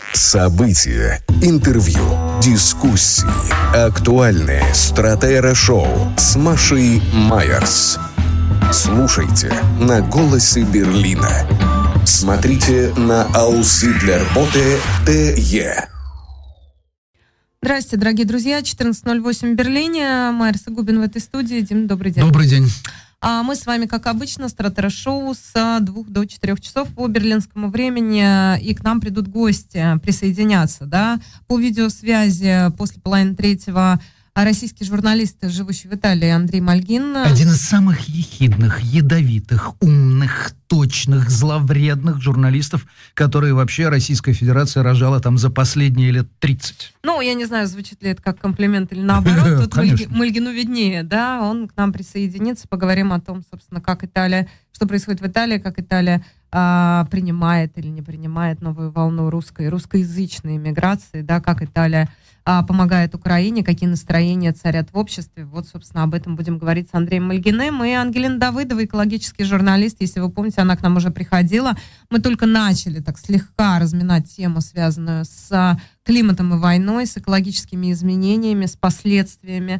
События, интервью, дискуссии, актуальные стратера-шоу с Машей Майерс. Слушайте на «Голосе Берлина». Смотрите на aussiedler.de. Здравствуйте, дорогие друзья. 14:08 в Берлине. Майерс и Губин в этой студии. Дим, добрый день. Добрый день. Мы с вами, как обычно, стратера-шоу с 2 до 4 часов по берлинскому времени. И к нам придут гости присоединяться, да, по видеосвязи после половины третьего. Российский журналист, живущий в Италии, Андрей Мальгин. Один из самых ехидных, ядовитых, умных, точных, зловредных журналистов, которые вообще Российская Федерация рожала там за последние лет 30. Ну, я не знаю, звучит ли это как комплимент или наоборот. Тут Мальгину виднее, да, он к нам присоединится. Поговорим о том, собственно, как Италия, что происходит в Италии, как Италия принимает или не принимает новую волну русскоязычной миграции, да, как Италия помогает Украине, какие настроения царят в обществе. Вот, собственно, об этом будем говорить с Андреем Мальгиным. И Ангелина Давыдова, экологический журналист. Если вы помните, она к нам уже приходила. Мы только начали так слегка разминать тему, связанную с климатом и войной, с экологическими изменениями, с последствиями,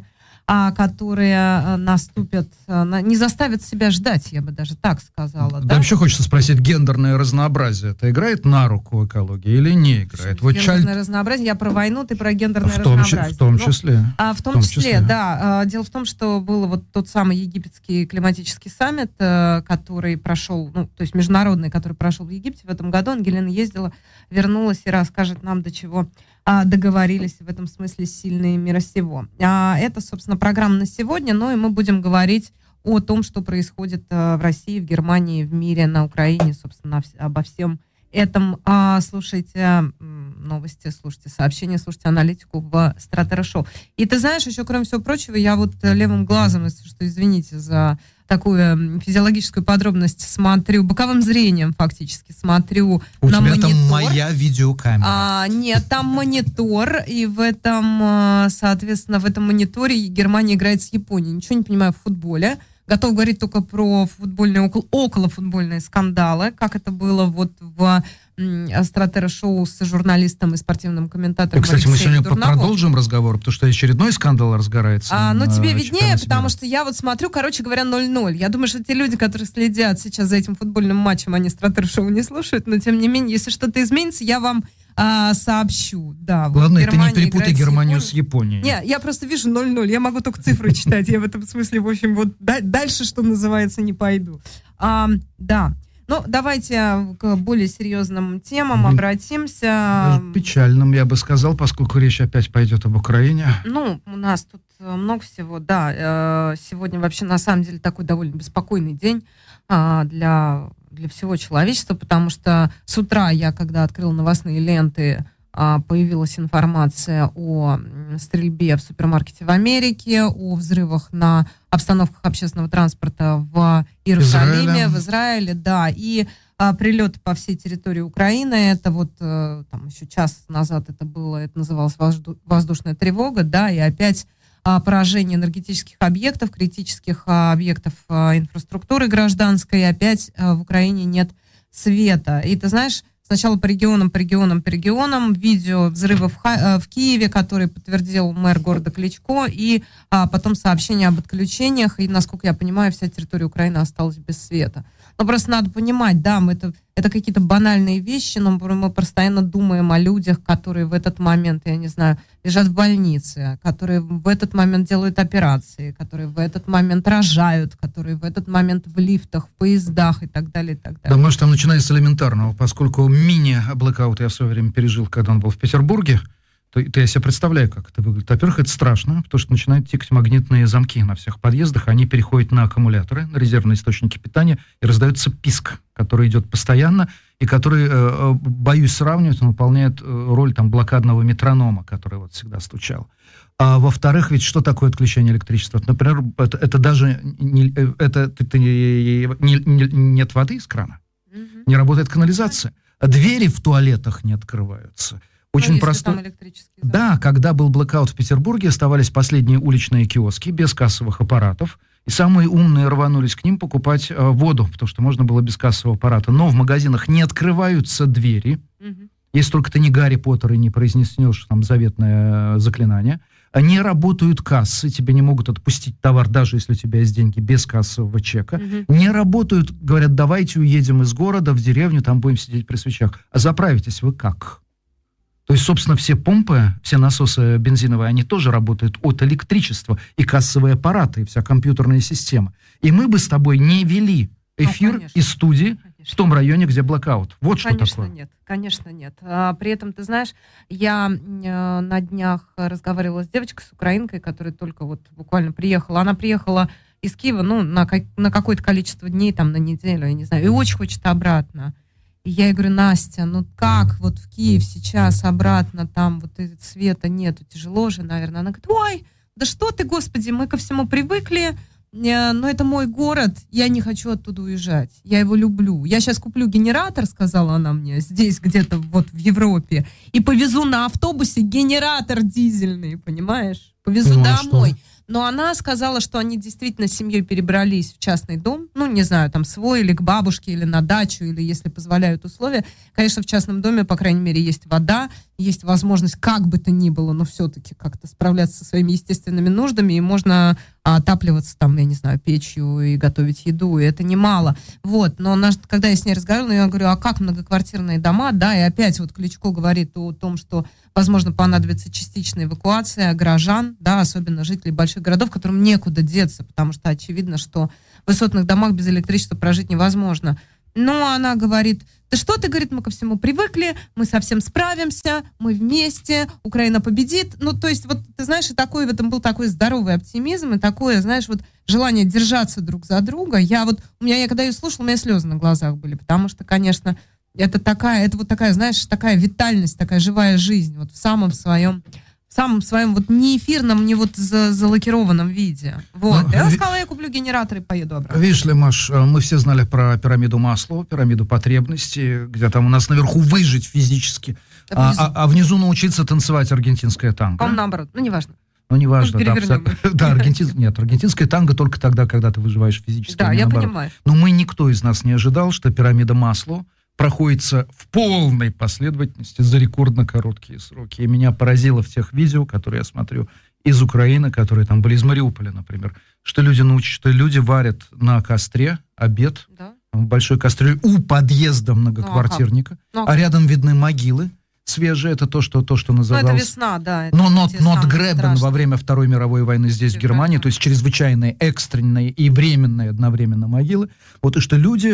которые наступят, не заставят себя ждать, я бы даже так сказала. Да? Вообще хочется спросить, гендерное разнообразие это играет на руку экологии или не играет? Вот гендерное разнообразие, я про войну, ты про гендерное разнообразие. В том числе. В том числе, да. Дело в том, что был вот тот самый египетский климатический саммит, который прошел, то есть международный, который прошел в Египте в этом году. Ангелина ездила, вернулась и расскажет нам, до чего договорились в этом смысле сильные мира сего. Это, собственно, программа на сегодня, но и мы будем говорить о том, что происходит в России, в Германии, в мире, на Украине, собственно, обо всем этом. Слушайте новости, слушайте сообщения, слушайте аналитику в Стратера Шоу. И ты знаешь, еще, кроме всего прочего, я вот левым глазом, если что, извините за такую физиологическую подробность, смотрю, боковым зрением фактически смотрю на монитор. У тебя там моя видеокамера. Нет, там монитор, и в этом, соответственно, в этом мониторе Германия играет с Японией. Ничего не понимаю в футболе. Готов говорить только про футбольные, околофутбольные скандалы, как это было вот в Стратера-шоу с журналистом и спортивным комментатором. Кстати, мы сегодня продолжим разговор, потому что очередной скандал разгорается. Тебе виднее, потому что я вот смотрю, короче говоря, 0-0. Я думаю, что те люди, которые следят сейчас за этим футбольным матчем, они Стратера-шоу не слушают, но тем не менее, если что-то изменится, я вам сообщу. Да, ладно, вот ты не перепутай Германию с Японией. Не, я просто вижу 0-0, я могу только цифры читать, я в этом смысле, в общем, вот дальше, что называется, не пойду. Да. Ну, давайте к более серьезным темам обратимся. Печальным, я бы сказал, поскольку речь опять пойдет об Украине. У нас тут много всего, да. Сегодня вообще, на самом деле, такой довольно беспокойный день для всего человечества, потому что с утра я, когда открыла новостные ленты, появилась информация о стрельбе в супермаркете в Америке, о взрывах на обстановках общественного транспорта в Иерусалиме, в Израиле, да, и прилеты по всей территории Украины. Это вот там еще час назад это называлось воздушная тревога, да, и опять поражение энергетических объектов, критических объектов инфраструктуры гражданской, и опять в Украине нет света. И ты знаешь, сначала по регионам, видео взрывов в Киеве, который подтвердил мэр города Кличко, и потом сообщение об отключениях, и, насколько я понимаю, вся территория Украины осталась без света. Но просто надо понимать, да, это какие-то банальные вещи, но мы постоянно думаем о людях, которые в этот момент, я не знаю, лежат в больнице, которые в этот момент делают операции, которые в этот момент рожают, которые в этот момент в лифтах, в поездах и так далее, и так далее. Да, может, там начинается с элементарного, поскольку мини-блэкаут я в свое время пережил, когда он был в Петербурге, то я себе представляю, как это выглядит. Во-первых, это страшно, потому что начинают тикать магнитные замки на всех подъездах, они переходят на аккумуляторы, на резервные источники питания, и раздается писк, который идет постоянно, и который, боюсь сравнивать, он выполняет роль там блокадного метронома, который вот всегда стучал. А во-вторых, ведь что такое отключение электричества? Например, это даже нет воды из крана, не работает канализация, двери в туалетах не открываются. Очень просто. Да, когда был блэкаут в Петербурге, оставались последние уличные киоски без кассовых аппаратов, и самые умные рванулись к ним покупать воду, потому что можно было без кассового аппарата. Но в магазинах не открываются двери, если только ты не Гарри Поттер и не произнесешь там заветное заклинание. Не работают кассы, тебе не могут отпустить товар, даже если у тебя есть деньги, без кассового чека. Не работают, говорят, давайте уедем из города в деревню, там будем сидеть при свечах. А заправитесь вы как? То есть, собственно, все помпы, все насосы бензиновые, они тоже работают от электричества, и кассовые аппараты, и вся компьютерная система. И мы бы с тобой не вели эфир из студии в том районе, где блэкаут. Вот что такое. Конечно, нет. При этом, ты знаешь, я на днях разговаривала с девочкой, с украинкой, которая только вот буквально приехала. Она приехала из Киева, на какое-то количество дней, там, на неделю, я не знаю, и очень хочет обратно. И я ей говорю: Настя, как вот в Киев сейчас обратно, там вот света нету, тяжело же, наверное. Она говорит: ой, да что ты, господи, мы ко всему привыкли, но это мой город, я не хочу оттуда уезжать, я его люблю. Я сейчас куплю генератор, сказала она мне, здесь где-то вот в Европе, и повезу на автобусе генератор дизельный, понимаешь? Повезу домой. Но она сказала, что они действительно с семьей перебрались в частный дом, не знаю, там свой или к бабушке, или на дачу, или если позволяют условия. Конечно, в частном доме, по крайней мере, есть вода, есть возможность, как бы то ни было, но все-таки как-то справляться со своими естественными нуждами, и можно отапливаться там, я не знаю, печью и готовить еду, и это немало. Вот, но когда я с ней разговаривала, я говорю: а как многоквартирные дома, да, и опять вот Кличко говорит о том, что, возможно, понадобится частичная эвакуация горожан, да, особенно жителей больших городов, которым некуда деться, потому что очевидно, что в высотных домах без электричества прожить невозможно. Но она говорит: да что ты, говорит, мы ко всему привыкли, мы совсем справимся, мы вместе, Украина победит. То есть, вот, ты знаешь, и такой в этом был такой здоровый оптимизм, и такое, знаешь, вот желание держаться друг за друга. Я когда ее слушала, у меня слезы на глазах были, потому что, конечно, это вот такая, знаешь, такая витальность, такая живая жизнь, вот в самом своем вот не эфирном, не вот залакированном виде. Вот. Я сказала, я куплю генератор и поеду обратно. Видишь ли, Маш, мы все знали про пирамиду Маслоу, пирамиду потребностей, где там у нас наверху выжить физически, а внизу научиться танцевать аргентинское танго. По-моему, наоборот. Неважно. Неважно, да, аргентинское танго только тогда, когда ты выживаешь физически. Да, я понимаю. Но никто из нас не ожидал, что пирамида Маслоу проходится в полной последовательности за рекордно короткие сроки. И меня поразило в тех видео, которые я смотрю из Украины, которые там были из Мариуполя, например, что люди варят на костре обед, да, в большой кастрюле у подъезда многоквартирника, а рядом видны могилы свежие. Это то, что называлось... это весна, да. Not Гребен во время Второй мировой войны здесь, в Германии, то есть чрезвычайные, экстренные и временные одновременно могилы. Вот, и что люди,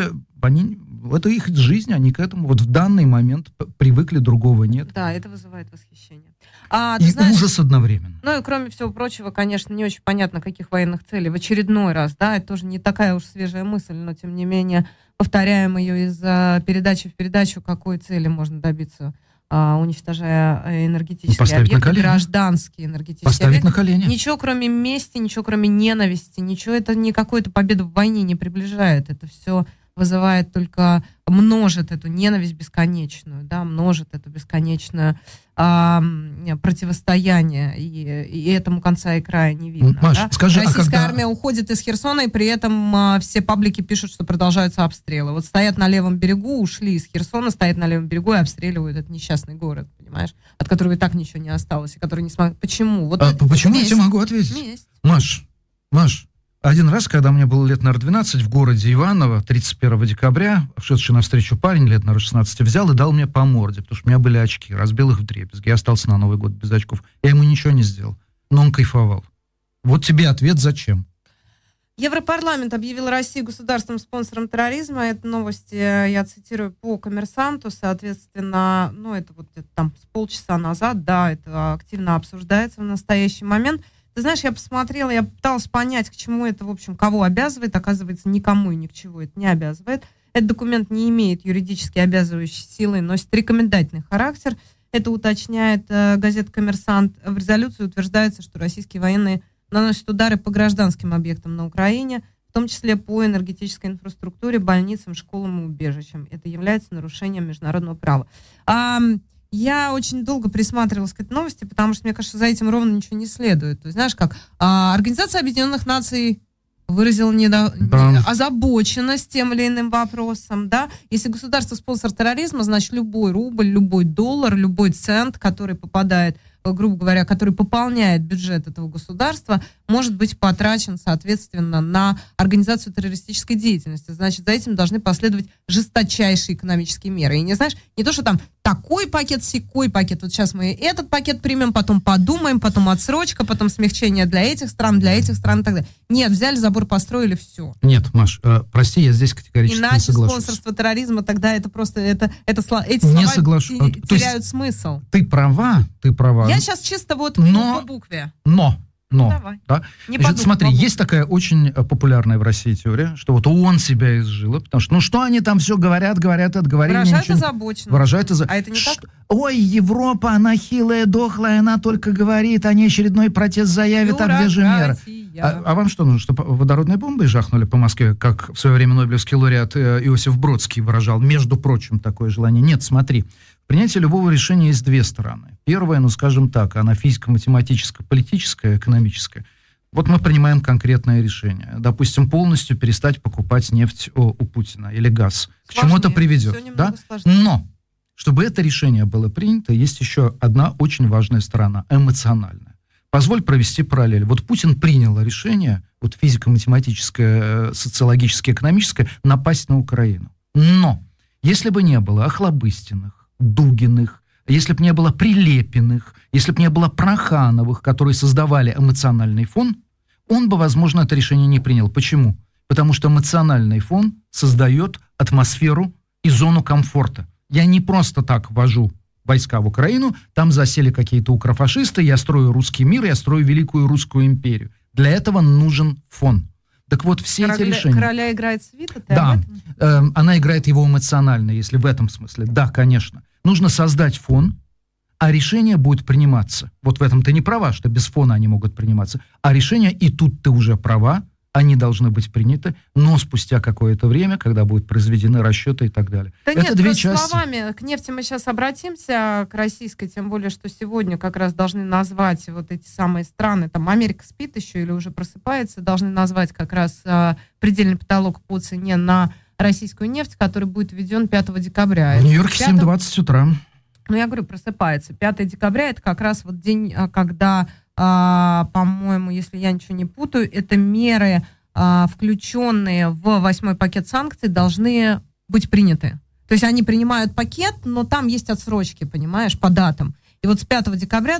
это их жизнь, они к этому вот в данный момент привыкли, другого нет. Да, это вызывает восхищение. Ужас одновременно. И кроме всего прочего, конечно, не очень понятно, каких военных целей. В очередной раз, да, это тоже не такая уж свежая мысль, но тем не менее повторяем ее из передачи в передачу, какой цели можно добиться, уничтожая энергетические объекты, гражданские энергетические поставить объекты. На колени. Ничего кроме мести, ничего кроме ненависти, ничего это ни какую-то победу в войне не приближает. Это все вызывает только, множит эту ненависть бесконечную, да, множит эту бесконечное противостояние, и этому конца и края не видно. Маш, да? скажи, Российская армия уходит из Херсона, и при этом все паблики пишут, что продолжаются обстрелы. Вот стоят на левом берегу, ушли из Херсона, стоят на левом берегу и обстреливают этот несчастный город, понимаешь, от которого и так ничего не осталось, и который не смог... Почему? Почему я тебе могу ответить? Месть. Маш, один раз, когда мне было лет, наверное, 12, в городе Иваново, 31 декабря, шедший навстречу парень лет, наверное, 16, взял и дал мне по морде, потому что у меня были очки, разбил их вдребезги. Я остался на Новый год без очков. Я ему ничего не сделал, но он кайфовал. Вот тебе ответ, зачем. Европарламент объявил Россию государственным спонсором терроризма. Это новости, я цитирую, по «Коммерсанту». Соответственно, это вот там с полчаса назад, да, это активно обсуждается в настоящий момент. Ты знаешь, я посмотрела, я пыталась понять, к чему это, в общем, кого обязывает. Оказывается, никому и ни к чему это не обязывает. Этот документ не имеет юридически обязывающей силы, носит рекомендательный характер. Это уточняет газета «Коммерсант». В резолюции утверждается, что российские военные наносят удары по гражданским объектам на Украине, в том числе по энергетической инфраструктуре, больницам, школам и убежищам. Это является нарушением международного права. Я очень долго присматривалась к этой новости, потому что, мне кажется, за этим ровно ничего не следует. То есть, знаешь, как Организация Объединенных Наций выразил озабоченность тем или иным вопросом, да. Если государство спонсор терроризма, значит, любой рубль, любой доллар, любой цент, который попадает, грубо говоря, который пополняет бюджет этого государства, может быть потрачен, соответственно, на организацию террористической деятельности. Значит, за этим должны последовать жесточайшие экономические меры. И не знаешь, не то, что там такой пакет, сякой пакет, вот сейчас мы этот пакет примем, потом подумаем, потом отсрочка, потом смягчение для этих стран и так далее. Нет, взяли забор, построили, все. Нет, Маш, прости, я здесь категорически не соглашусь. Иначе спонсорство терроризма, тогда это просто, эти слова теряют смысл. Ты права. Я сейчас чисто вот по букве. Давай. Да? Значит, смотри, есть такая очень популярная в России теория, что вот ООН себя изжила, потому что, что они там все говорят, отговорили. Выражают озабоченность. А это не так? Ой, Европа, она хилая, дохлая, она только говорит, они очередной протест заявят, а где же меры? А вам что нужно, чтобы водородной бомбой жахнули по Москве, как в свое время нобелевский лауреат Иосиф Бродский выражал, между прочим, такое желание? Нет, смотри, в принятии любого решения есть две стороны. Первая, скажем так, она физико-математическая, политическая, экономическая. Вот мы принимаем конкретное решение. Допустим, полностью перестать покупать нефть у Путина или газ. К чему это приведет? Да? Но, чтобы это решение было принято, есть еще одна очень важная сторона, эмоциональная. Позволь провести параллель. Вот Путин принял решение, вот физико-математическое, социологическое, экономическое, напасть на Украину. Но, если бы не было Охлобыстиных, Дугиных, если бы не было Прилепиных, если бы не было Прохановых, которые создавали эмоциональный фон, он бы, возможно, это решение не принял. Почему? Потому что эмоциональный фон создает атмосферу и зону комфорта. Я не просто так ввожу войска в Украину, там засели какие-то укрофашисты, я строю русский мир, я строю великую русскую империю. Для этого нужен фон. Так вот, все эти решения... Короля играет свита? Да, она играет его эмоционально, если в этом смысле. Да, конечно. Нужно создать фон, а решение будет приниматься. Вот в этом ты не права, что без фона они могут приниматься. А решения, и тут ты уже права, они должны быть приняты, но спустя какое-то время, когда будут произведены расчеты и так далее. Да это нет, две части. Словами, к нефти мы сейчас обратимся, к российской, тем более, что сегодня как раз должны назвать вот эти самые страны, там Америка спит еще или уже просыпается, должны назвать как раз предельный потолок по цене на российскую нефть, который будет введен 5 декабря. В Нью-Йорке 7:20 утра. Я говорю, просыпается. 5 декабря это как раз вот день, когда... по-моему, если я ничего не путаю, это меры, включенные в 8-й пакет санкций, должны быть приняты. То есть они принимают пакет, но там есть отсрочки, понимаешь, по датам. И вот с 5 декабря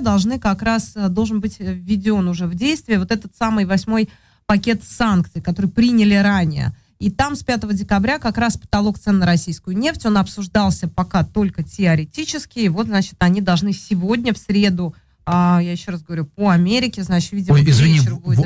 должен быть введен уже в действие вот этот самый 8-й пакет санкций, который приняли ранее. И там с 5 декабря как раз потолок цен на российскую нефть, он обсуждался пока только теоретически. И вот, значит, они должны сегодня, в среду, я еще раз говорю, по Америке, значит, видимо, вечер будет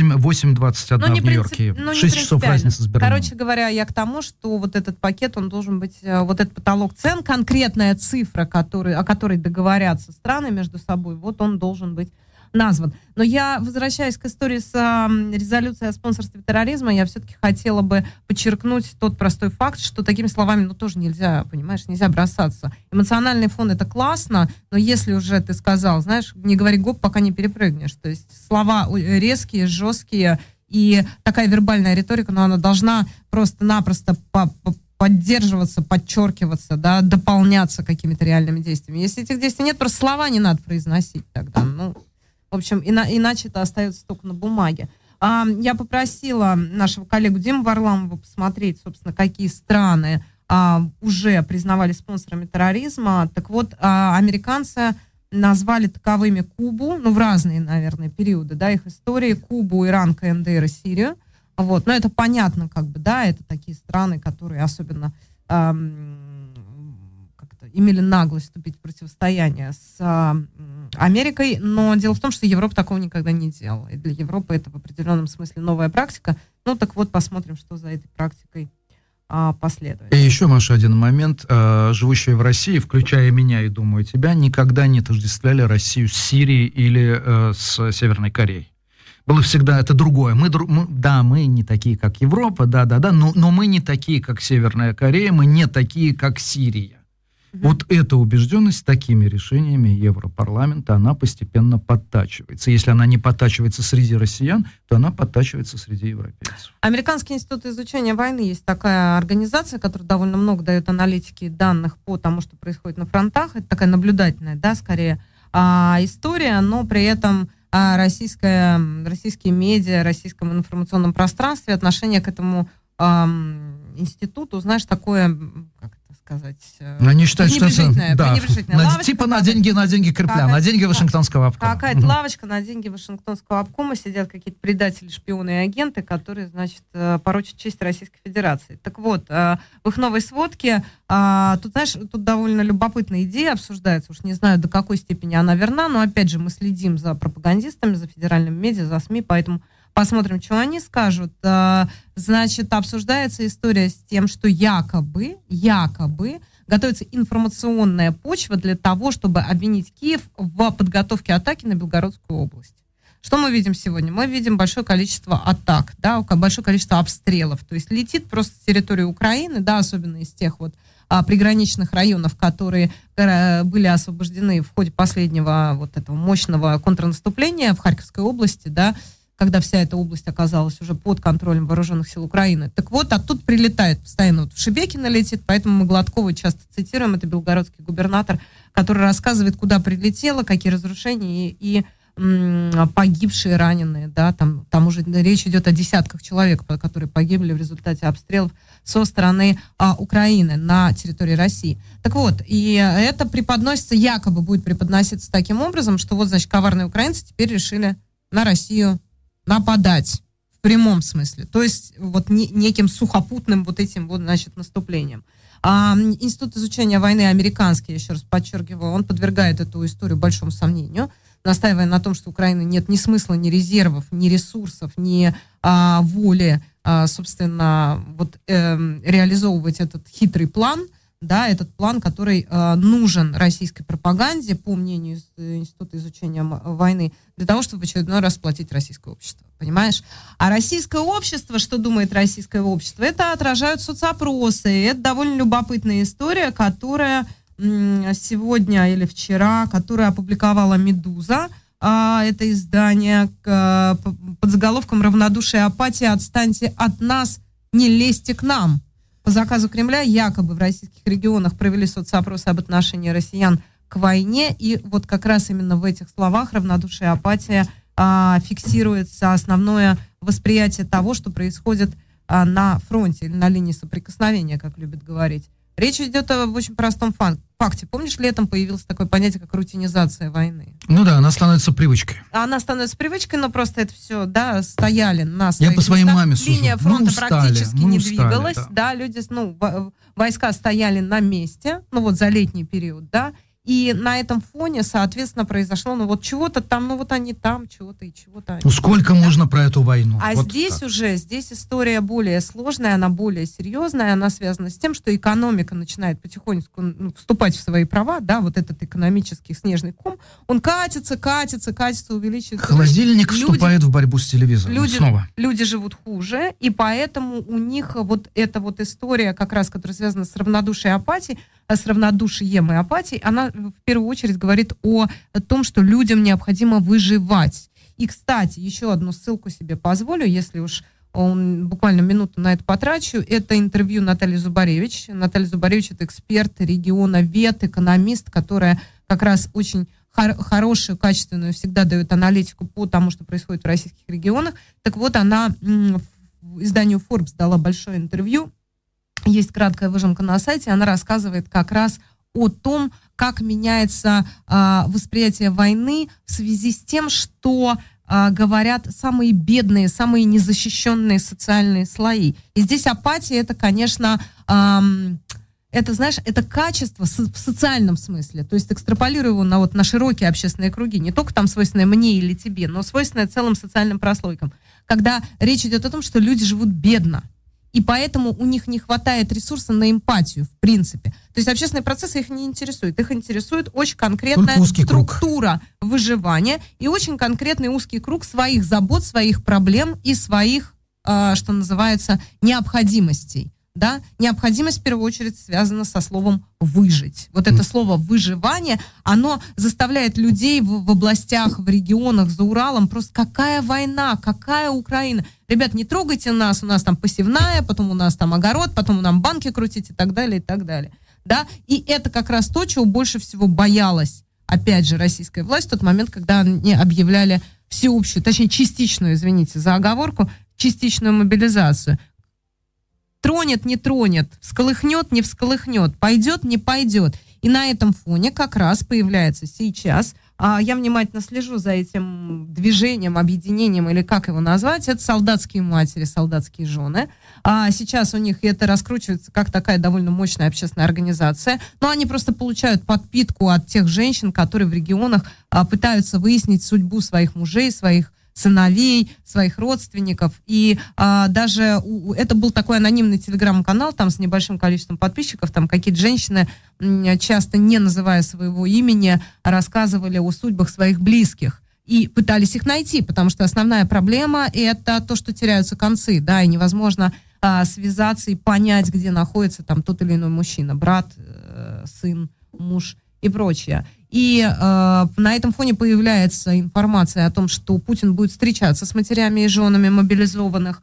8:21 в Нью-Йорке. 6 часов разницы с Берлином. Короче говоря, я к тому, что вот этот пакет, он должен быть, вот этот потолок цен, конкретная цифра, о которой договорятся страны между собой, вот он должен быть назван. Но я, возвращаясь к истории с резолюцией о спонсорстве терроризма, я все-таки хотела бы подчеркнуть тот простой факт, что такими словами, тоже нельзя, понимаешь, нельзя бросаться. Эмоциональный фон — это классно, но если уже ты сказал, знаешь, не говори гоп, пока не перепрыгнешь. То есть слова резкие, жесткие, и такая вербальная риторика, но она должна просто-напросто поддерживаться, подчеркиваться, да, дополняться какими-то реальными действиями. Если этих действий нет, просто слова не надо произносить тогда, в общем, иначе это остается только на бумаге. Я попросила нашего коллегу Диму Варламова посмотреть, собственно, какие страны уже признавали спонсорами терроризма. Так вот, американцы назвали таковыми Кубу, в разные, наверное, периоды, да, их истории, Кубу, Иран, КНДР и Сирию. Вот. Но это понятно, это такие страны, которые особенно имели наглость вступить в противостояние с Америкой, но дело в том, что Европа такого никогда не делала. И для Европы это в определенном смысле новая практика. Так вот, посмотрим, что за этой практикой последует. И еще, Маша, один момент. Живущие в России, включая меня и, думаю, тебя, никогда не отождествляли Россию с Сирией или с Северной Кореей. Было всегда это другое. Мы не такие, как Европа, но мы не такие, как Северная Корея, мы не такие, как Сирия. Вот эта убежденность такими решениями Европарламента, она постепенно подтачивается. Если она не подтачивается среди россиян, то она подтачивается среди европейцев. Американский институт изучения войны, есть такая организация, которая довольно много дает аналитики и данных по тому, что происходит на фронтах. Это такая наблюдательная, да, скорее, история, но при этом российские медиа, российском информационном пространстве отношение к этому институту, знаешь, такое, как это сказать, они считают, что это типа на деньги Кремля, на деньги Вашингтонского обкома. Какая-то лавочка на деньги Вашингтонского обкома, сидят какие-то предатели, шпионы и агенты, которые, значит, порочат честь Российской Федерации. Так вот, в их новой сводке, тут, знаешь, тут довольно любопытная идея обсуждается, уж не знаю, до какой степени она верна, но, опять же, мы следим за пропагандистами, за федеральными медиа, за СМИ, поэтому посмотрим, что они скажут. Значит, обсуждается история с тем, что якобы готовится информационная почва для того, чтобы обвинить Киев в подготовке атаки на Белгородскую область. Что мы видим сегодня? Мы видим большое количество атак, да, большое количество обстрелов. То есть летит просто с территории Украины, да, особенно из тех вот приграничных районов, которые были освобождены в ходе последнего вот этого мощного контрнаступления в Харьковской области, да, когда вся эта область оказалась уже под контролем вооруженных сил Украины. Так вот, оттуда прилетает постоянно, вот в Шебекино летит, поэтому мы Гладкова часто цитируем, это белгородский губернатор, который рассказывает, куда прилетело, какие разрушения и погибшие, раненые, да, там уже речь идет о десятках человек, которые погибли в результате обстрелов со стороны Украины на территории России. Так вот, и это преподносится, якобы будет преподноситься таким образом, что вот, значит, коварные украинцы теперь решили на Россию нападать в прямом смысле, то есть вот неким сухопутным вот этим вот, значит, наступлением. Институт изучения войны американский, я еще раз подчеркиваю, он подвергает эту историю большому сомнению, настаивая на том, что у Украины нет ни смысла, ни резервов, ни ресурсов, ни воли, собственно, вот реализовывать этот хитрый план, да, этот план, который нужен российской пропаганде, по мнению Института изучения войны, для того, чтобы в очередной раз сплотить российское общество. Понимаешь? А российское общество, что думает российское общество, это отражают соцопросы. Это довольно любопытная история, которая сегодня или вчера, которую опубликовала «Медуза», это издание, под заголовком «Равнодушие и апатия. Отстаньте от нас, не лезьте к нам». По заказу Кремля якобы в российских регионах провели соцопросы об отношении россиян к войне, и вот как раз именно в этих словах «равнодушие и апатия» фиксируется основное восприятие того, что происходит на фронте или на линии соприкосновения, как любят говорить. Речь идет об очень простом факте. Помнишь, летом появилось такое понятие, как рутинизация войны? Ну да, она становится привычкой. Она становится привычкой, но просто это все, да, стояли на своих местах. Я по своей маме сужу. Линия фронта практически не двигалась, да, люди, войска стояли на месте, за летний период, да, и на этом фоне, соответственно, произошло, чего-то там, они там, чего-то и чего-то. Сколько можно про эту войну? А вот здесь история более сложная, она более серьезная, она связана с тем, что экономика начинает потихоньку вступать в свои права, да, вот этот экономический снежный ком, он катится, увеличивается. Холодильник вступает в борьбу с телевизором снова. Люди живут хуже, и поэтому у них вот эта вот история, как раз, которая связана с равнодушием и апатией, с равнодушием и апатией, она в первую очередь говорит о том, что людям необходимо выживать. И, кстати, еще одну ссылку себе позволю, если уж буквально минуту на это потрачу. Это интервью Натальи Зубаревич. Наталья Зубаревич — это эксперт, регионовед, экономист, которая как раз очень хорошую, качественную, всегда дает аналитику по тому, что происходит в российских регионах. Так вот, она изданию Forbes дала большое интервью. Есть краткая выжимка на сайте, она рассказывает как раз о том, как меняется восприятие войны в связи с тем, что говорят самые бедные, самые незащищенные социальные слои. И здесь апатия — это, конечно, это качество в социальном смысле. То есть экстраполирую его на широкие общественные круги, не только там свойственное мне или тебе, но свойственное целым социальным прослойкам. Когда речь идет о том, что люди живут бедно, и поэтому у них не хватает ресурса на эмпатию, в принципе. То есть общественные процессы их не интересуют. Их интересует очень конкретная структура выживания и очень конкретный узкий круг своих забот, своих проблем и своих, что называется, необходимостей. да, необходимость в первую очередь связана со словом «выжить». Вот это слово «выживание», оно заставляет людей в областях, в регионах за Уралом просто какая война, какая Украина. Ребят, не трогайте нас, у нас там посевная, потом у нас там огород, потом нам банки крутить и так далее, и так далее. Да? И это как раз то, чего больше всего боялась, опять же, российская власть в тот момент, когда они объявляли всеобщую, точнее, частичную, извините за оговорку, частичную мобилизацию. Тронет, не тронет, всколыхнет, не всколыхнет, пойдет, не пойдет. И на этом фоне как раз появляется сейчас, я внимательно слежу за этим движением, объединением, или как его назвать, это солдатские матери, солдатские жены. Сейчас у них это раскручивается как такая довольно мощная общественная организация, но они просто получают подпитку от тех женщин, которые в регионах пытаются выяснить судьбу своих мужей, своих сыновей, своих родственников. И даже это был такой анонимный телеграм-канал, там с небольшим количеством подписчиков, там какие-то женщины, часто не называя своего имени, рассказывали о судьбах своих близких и пытались их найти, потому что основная проблема — это то, что теряются концы, да, и невозможно связаться и понять, где находится там тот или иной мужчина, брат, сын, муж и прочее. И на этом фоне появляется информация о том, что Путин будет встречаться с матерями и женами мобилизованных.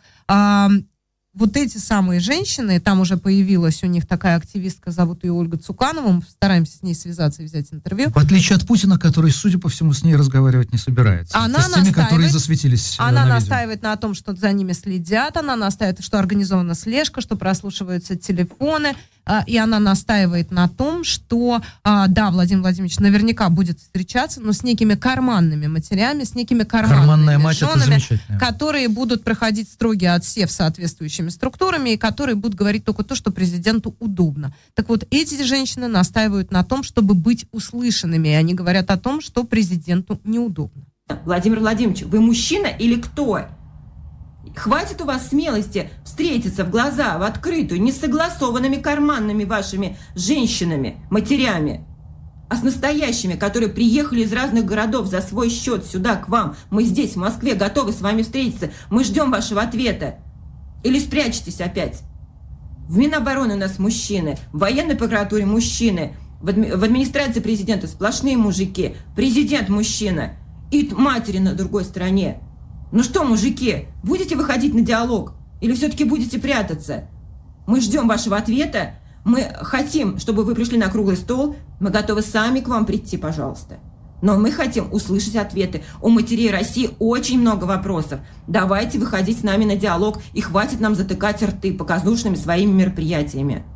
Вот эти самые женщины, там уже появилась у них такая активистка, зовут ее Ольга Цуканова, мы стараемся с ней связаться и взять интервью. В отличие от Путина, который, судя по всему, с ней разговаривать не собирается. Она с теми, которые засветились. Она настаивает на том, что за ними следят, она настаивает, что организована слежка, что прослушиваются телефоны, и она настаивает на том, что, да, Владимир Владимирович наверняка будет встречаться, но с некими карманными матерями, с некими карманными женами, которые будут проходить строгий отсев соответствующими структурами и которые будут говорить только то, что президенту удобно. Так вот, эти женщины настаивают на том, чтобы быть услышанными, и они говорят о том, что президенту неудобно. Владимир Владимирович, вы мужчина или кто? Хватит у вас смелости встретиться в глаза, в открытую, не с согласованными карманными вашими женщинами, матерями, а с настоящими, которые приехали из разных городов за свой счет сюда, к вам. Мы здесь, в Москве, готовы с вами встретиться. Мы ждем вашего ответа. Или спрячетесь опять. В Минобороны у нас мужчины, в военной прокуратуре мужчины, в администрации президента сплошные мужики, президент мужчина и матери на другой стороне. Ну что, мужики, будете выходить на диалог или все-таки будете прятаться? Мы ждем вашего ответа, мы хотим, чтобы вы пришли на круглый стол, мы готовы сами к вам прийти, пожалуйста. Но мы хотим услышать ответы. У матерей России очень много вопросов. Давайте выходить с нами на диалог и хватит нам затыкать рты показушными своими мероприятиями.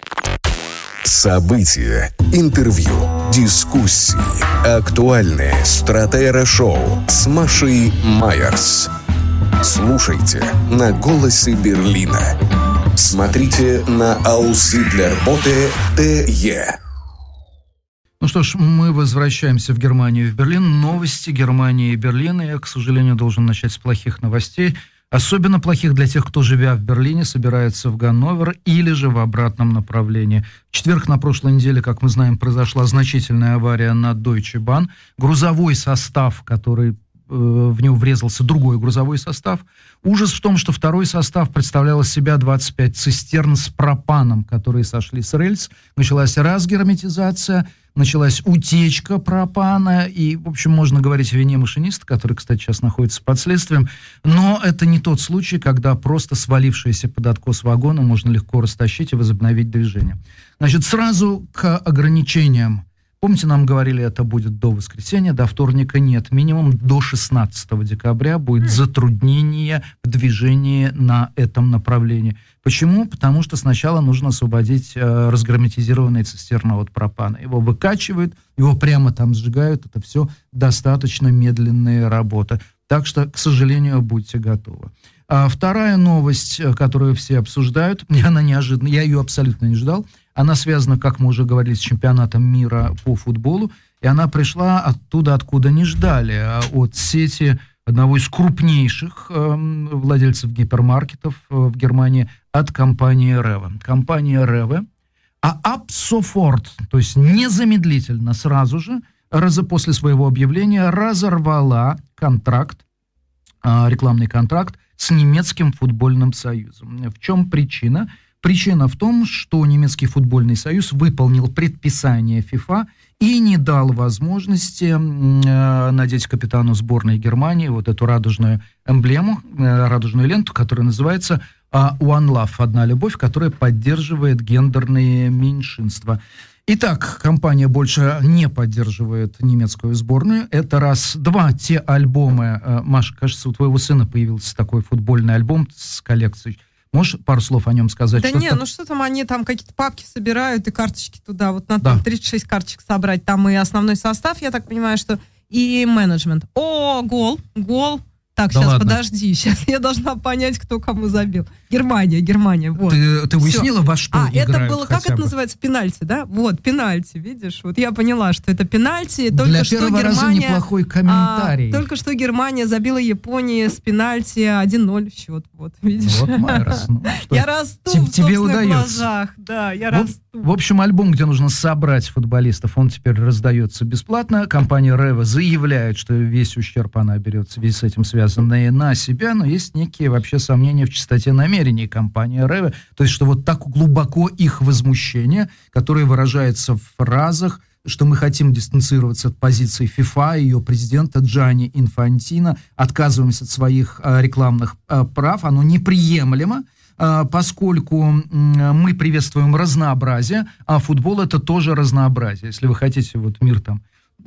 События, интервью, дискуссии, актуальные стратера-шоу с Машей Майерс. Слушайте на «Голосе Берлина». Смотрите на auszidlerbote.de. Ну что ж, мы возвращаемся в Германию и в Берлин. Новости Германии и Берлина. Я, к сожалению, должен начать с плохих новостей. Особенно плохих для тех, кто, живя в Берлине, собирается в Ганновер или же в обратном направлении. В четверг на прошлой неделе, как мы знаем, произошла значительная авария на Deutsche Bahn. Грузовой состав, который в него врезался другой грузовой состав. Ужас в том, что второй состав представлял из себя 25 цистерн с пропаном, которые сошли с рельс. Началась разгерметизация, началась утечка пропана, и, в общем, можно говорить о вине машиниста, который, кстати, сейчас находится под следствием, но это не тот случай, когда просто свалившиеся под откос вагона можно легко растащить и возобновить движение. Значит, сразу к ограничениям. Помните, нам говорили, это будет до воскресенья, до вторника нет. Минимум до 16 декабря будет затруднение в движении на этом направлении. Почему? Потому что сначала нужно освободить разгерметизированные цистерны от пропана. Его выкачивают, его прямо там сжигают. Это все достаточно медленная работа. Так что, к сожалению, будьте готовы. А вторая новость, которую все обсуждают, она неожиданная, я ее абсолютно не ждал. Она связана, как мы уже говорили, с чемпионатом мира по футболу, и она пришла оттуда, откуда не ждали, от сети одного из крупнейших владельцев гипермаркетов в Германии, от компании Rewe. Компания Rewe, ab sofort, то есть незамедлительно, сразу же, после своего объявления разорвала контракт, рекламный контракт с немецким футбольным союзом. В чем причина? Причина в том, что немецкий футбольный союз выполнил предписание ФИФА и не дал возможности надеть капитану сборной Германии вот эту радужную эмблему, радужную ленту, которая называется «One Love», «Одна любовь», которая поддерживает гендерные меньшинства. Итак, компания больше не поддерживает немецкую сборную. Это раз. Два, те альбомы... Маша, кажется, у твоего сына появился такой футбольный альбом с коллекцией. Можешь пару слов о нем сказать? Да не, ну что там, они там какие-то папки собирают и карточки туда. Вот надо там 36 карточек собрать. Там и основной состав, я так понимаю, что и менеджмент. О, гол. Так, да сейчас, ладно. Подожди, сейчас я должна понять, кто кому забил. Германия, вот. Ты уяснила, во что играют? Это было, как это называется, пенальти, да? Вот, пенальти, видишь? Вот я поняла, что это пенальти. Для первого раза неплохой комментарий. Только что Германия забила Японии с пенальти 1-0 счет, вот, видишь? Вот, Майерс, я расту в собственных глазах. Да, я расту. В общем, альбом, где нужно собрать футболистов, он теперь раздается бесплатно. Компания Рева заявляет, что весь ущерб она берет в связи с этим связанные на себя, но есть некие вообще сомнения в чистоте намерений компании Рева. То есть, что вот так глубоко их возмущение, которое выражается в фразах, что мы хотим дистанцироваться от позиции ФИФА, ее президента Джанни Инфантино, отказываемся от своих рекламных прав, оно неприемлемо, поскольку мы приветствуем разнообразие, а футбол — это тоже разнообразие. Если вы хотите вот мир там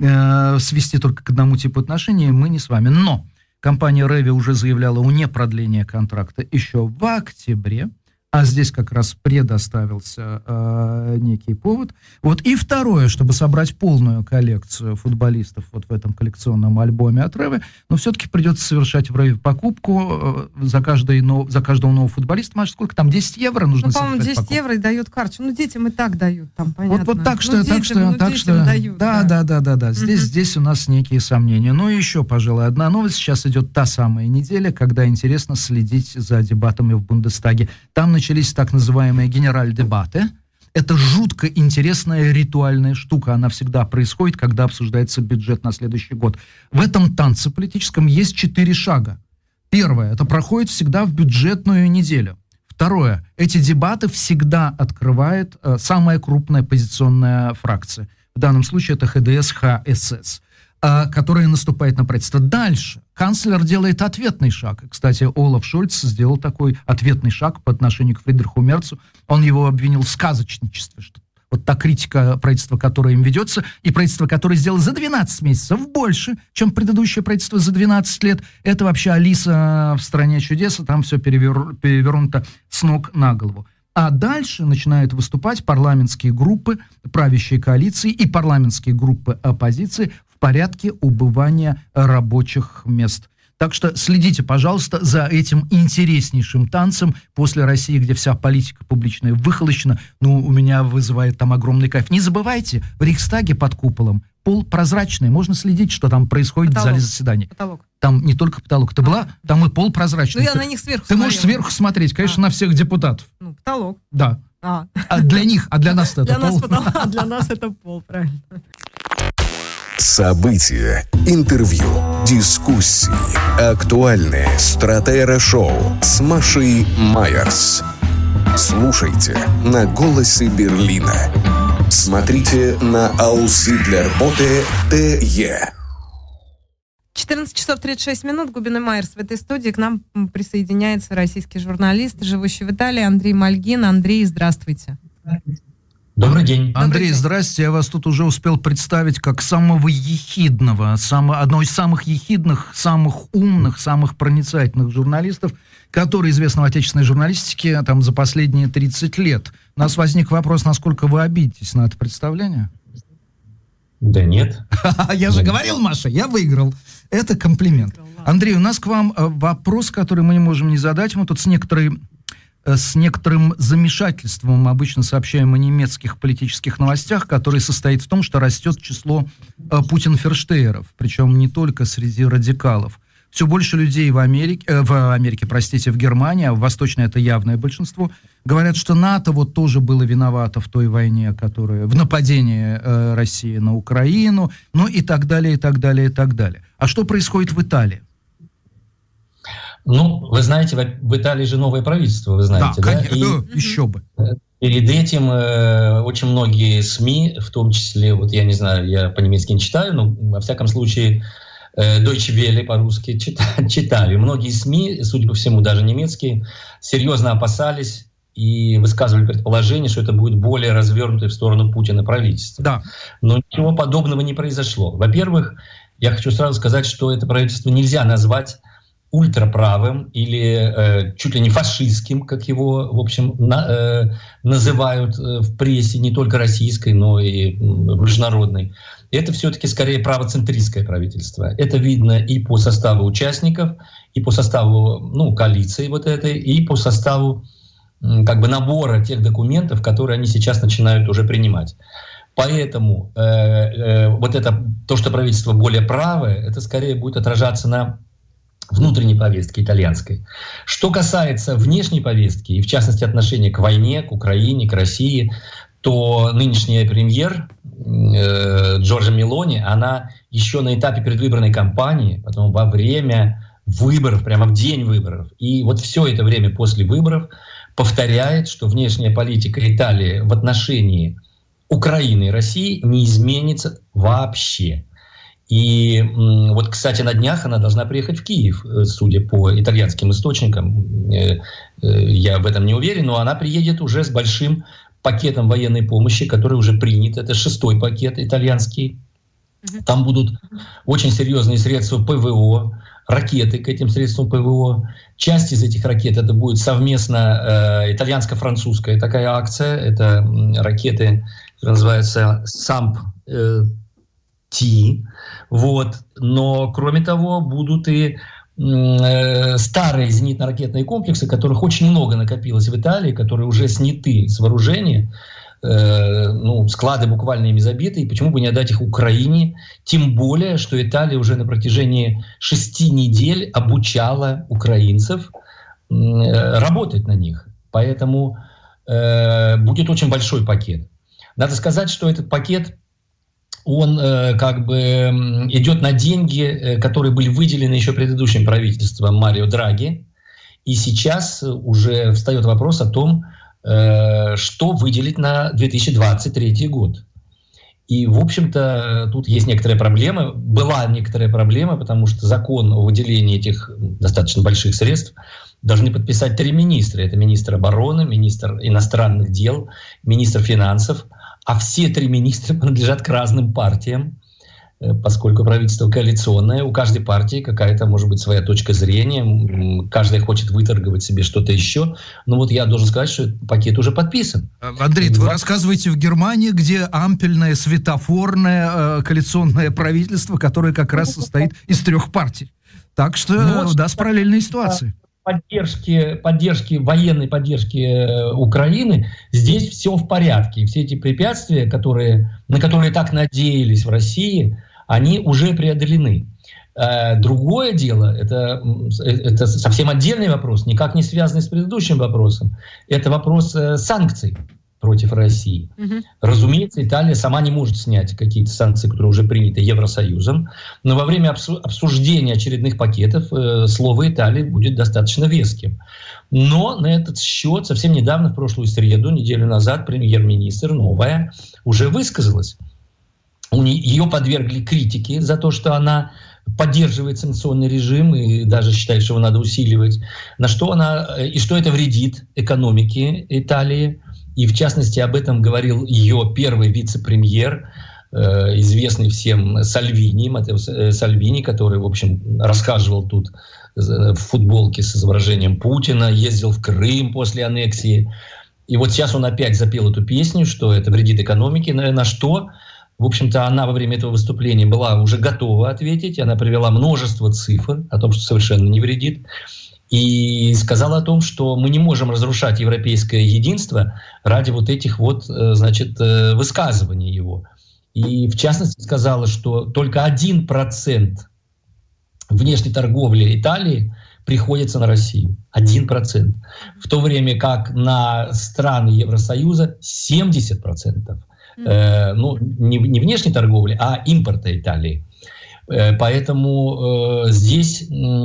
свести только к одному типу отношений, мы не с вами. Но компания Реви уже заявляла о непродлении контракта еще в октябре, а здесь как раз предоставился некий повод. Вот. И второе, чтобы собрать полную коллекцию футболистов вот в этом коллекционном альбоме от Ревы, но все-таки придется совершать в Реве покупку за каждого нового футболиста. Маша, сколько там, 10 евро нужно? Ну, по-моему, 10 покупку? Евро и дают карточку. Ну, детям и так дают, там, понятно. Вот так что, дают, да. Здесь у нас некие сомнения. Ну и еще, пожалуй, одна новость. Сейчас идет та самая неделя, когда интересно следить за дебатами в Бундестаге. Там начались так называемые генераль-дебаты. Это жутко интересная ритуальная штука. Она всегда происходит, когда обсуждается бюджет на следующий год. В этом танце политическом есть 4 шага. Первое. Это проходит всегда в бюджетную неделю. Второе. Эти дебаты всегда открывает самая крупная оппозиционная фракция. В данном случае это ХДС-ХСС, которая наступает на правительство. Дальше канцлер делает ответный шаг. Кстати, Олаф Шольц сделал такой ответный шаг по отношению к Фридриху Мерцу. Он его обвинил в сказочничестве, что вот та критика правительства, которая им ведется, и правительство, которое сделало за 12 месяцев больше, чем предыдущее правительство за 12 лет, это вообще Алиса в стране чудес, и там все перевернуто с ног на голову. А дальше начинают выступать парламентские группы правящей коалиции и парламентские группы оппозиции в порядке убывания рабочих мест. Так что следите, пожалуйста, за этим интереснейшим танцем после России, где вся политика публичная выхолощена. Ну, у меня вызывает там огромный кайф. Не забывайте, в Рейхстаге под куполом пол прозрачный. Можно следить, что там происходит в зале заседаний. Потолок. Там не только потолок. Ты была? Там и пол прозрачный. Ну, я на них сверху смотрела. Ты можешь сверху смотреть, конечно, на всех депутатов. Ну, потолок. Да. А для них, а для нас это пол. Для нас это пол, правильно. События, интервью, дискуссии, актуальные стратера-шоу с Машей Майерс. Слушайте на «Голосе Берлина». Смотрите на auszidler.de. 14 часов 36 минут. Губин и Майерс в этой студии. К нам присоединяется российский журналист, живущий в Италии, Андрей Мальгин. Андрей, здравствуйте. Добрый день. Андрей, здрасте. Я вас тут уже успел представить как самого ехидного, одного из самых ехидных, самых умных, самых проницательных журналистов, который известен в отечественной журналистике там, за последние 30 лет. У нас возник вопрос, насколько вы обидитесь на это представление? Да нет. Я же говорил, Маша, я выиграл. Это комплимент. Андрей, у нас к вам вопрос, который мы не можем не задать. Мы тут с некоторым замешательством обычно сообщаем о немецких политических новостях, который состоит в том, что растет число путинферштейеров, причем не только среди радикалов. Все больше людей в Германии, а в Восточной это явное большинство, говорят, что НАТО вот тоже было виновато в той войне, в нападении России на Украину, ну и так далее, и так далее, и так далее. А что происходит в Италии? Ну, вы знаете, в Италии же новое правительство, вы знаете, да? Конечно, и еще бы. Перед этим очень многие СМИ, в том числе, вот я не знаю, я по-немецки не читаю, но во всяком случае Deutsche Welle по-русски читали. Многие СМИ, судя по всему, даже немецкие, серьезно опасались и высказывали предположение, что это будет более развернутое в сторону Путина правительство. Да. Но ничего подобного не произошло. Во-первых, я хочу сразу сказать, что это правительство нельзя назвать ультраправым или чуть ли не фашистским, как его, в общем, называют в прессе, не только российской, но и международной. Это все-таки скорее правоцентристское правительство. Это видно и по составу участников, и по составу коалиции вот этой, и по составу как бы набора тех документов, которые они сейчас начинают уже принимать. Поэтому вот это, то, что правительство более правое, это скорее будет отражаться на внутренней повестки итальянской. Что касается внешней повестки, и в частности отношения к войне, к Украине, к России, то нынешняя премьер Джорджа Мелони, она еще на этапе предвыборной кампании, потом во время выборов, прямо в день выборов, и вот все это время после выборов повторяет, что внешняя политика Италии в отношении Украины и России не изменится вообще. И вот, кстати, на днях она должна приехать в Киев, судя по итальянским источникам. Я в этом не уверен, но она приедет уже с большим пакетом военной помощи, который уже принят. Это 6-й пакет итальянский. Там будут очень серьезные средства ПВО, ракеты к этим средствам ПВО. Часть из этих ракет это будет совместно итальянско-французская такая акция. Это ракеты, которые называются САМП-Т. Вот. Но, кроме того, будут и старые зенитно-ракетные комплексы, которых очень много накопилось в Италии, которые уже сняты с вооружения, склады буквально ими забиты, и почему бы не отдать их Украине, тем более, что Италия уже на протяжении 6 недель обучала украинцев работать на них. Поэтому будет очень большой пакет. Надо сказать, что этот пакет он как бы идет на деньги, которые были выделены еще предыдущим правительством Марио Драги. И сейчас уже встает вопрос о том, что выделить на 2023 год. И, в общем-то, тут есть некоторая проблема. Была некоторая проблема, потому что закон о выделении этих достаточно больших средств должны подписать 3 министра. Это министр обороны, министр иностранных дел, министр финансов. А все 3 министра принадлежат к разным партиям, поскольку правительство коалиционное, у каждой партии какая-то, может быть, своя точка зрения, каждая хочет выторговать себе что-то еще. Но вот я должен сказать, что этот пакет уже подписан. Андрей, вы рассказываете в Германии, где ампельное, светофорное коалиционное правительство, которое как раз состоит из 3 партий. Так что, с параллельной ситуацией. Поддержки, военной поддержки Украины, здесь все в порядке. Все эти препятствия, на которые так надеялись в России, они уже преодолены. Другое дело, это совсем отдельный вопрос, никак не связанный с предыдущим вопросом. Это вопрос санкций против России. Разумеется, Италия сама не может снять какие-то санкции, которые уже приняты Евросоюзом, но во время обсуждения очередных пакетов слово Италии будет достаточно веским. Но на этот счет совсем недавно, в прошлую среду, неделю назад, премьер-министр новая уже высказалась. Ее подвергли критике за то, что она поддерживает санкционный режим и даже считает, что его надо усиливать, что это вредит экономике Италии. И в частности об этом говорил ее первый вице-премьер, известный всем Сальвини, Маттео Сальвини, который, в общем, расхаживал тут в футболке с изображением Путина, ездил в Крым после аннексии. И вот сейчас он опять запел эту песню, что это вредит экономике, на что, в общем-то, она во время этого выступления была уже готова ответить. Она привела множество цифр о том, что совершенно не вредит. И сказала о том, что мы не можем разрушать европейское единство ради вот этих высказываний его. И в частности сказала, что только 1% внешней торговли Италии приходится на Россию. 1%. В то время как на страны Евросоюза 70%. Не внешней торговли, а импорта Италии. Поэтому здесь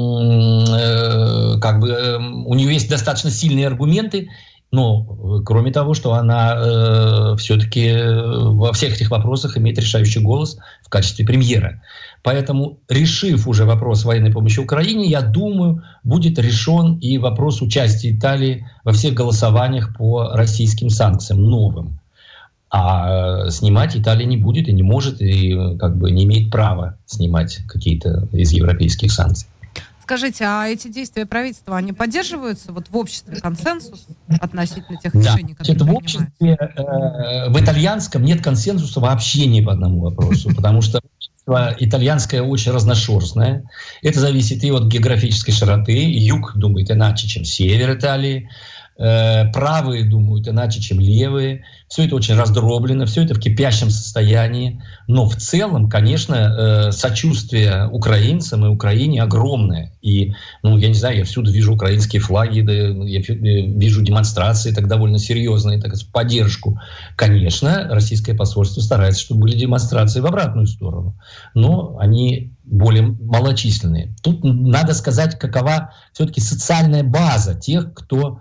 как бы у нее есть достаточно сильные аргументы, но кроме того, что она все-таки во всех этих вопросах имеет решающий голос в качестве премьера. Поэтому, решив уже вопрос военной помощи Украине, я думаю, будет решен и вопрос участия Италии во всех голосованиях по российским санкциям новым. А снимать Италия не будет и не может, и как бы не имеет права снимать какие-то из европейских санкций. Скажите, а эти действия правительства, они поддерживаются вот в обществе, консенсус относительно тех решений, которые в обществе, в итальянском нет консенсуса вообще ни по одному вопросу, потому что общество итальянское очень разношерстное. Это зависит и от географической широты. Юг думает иначе, чем север Италии. Правые думают иначе, чем левые. Все это очень раздроблено, все это в кипящем состоянии. Но в целом, конечно, сочувствие украинцам и Украине огромное. И, я не знаю, я всюду вижу украинские флаги, я вижу демонстрации так довольно серьезные, так сказать, в поддержку. Конечно, российское посольство старается, чтобы были демонстрации в обратную сторону. Но они более малочисленные. Тут надо сказать, какова все-таки социальная база тех, кто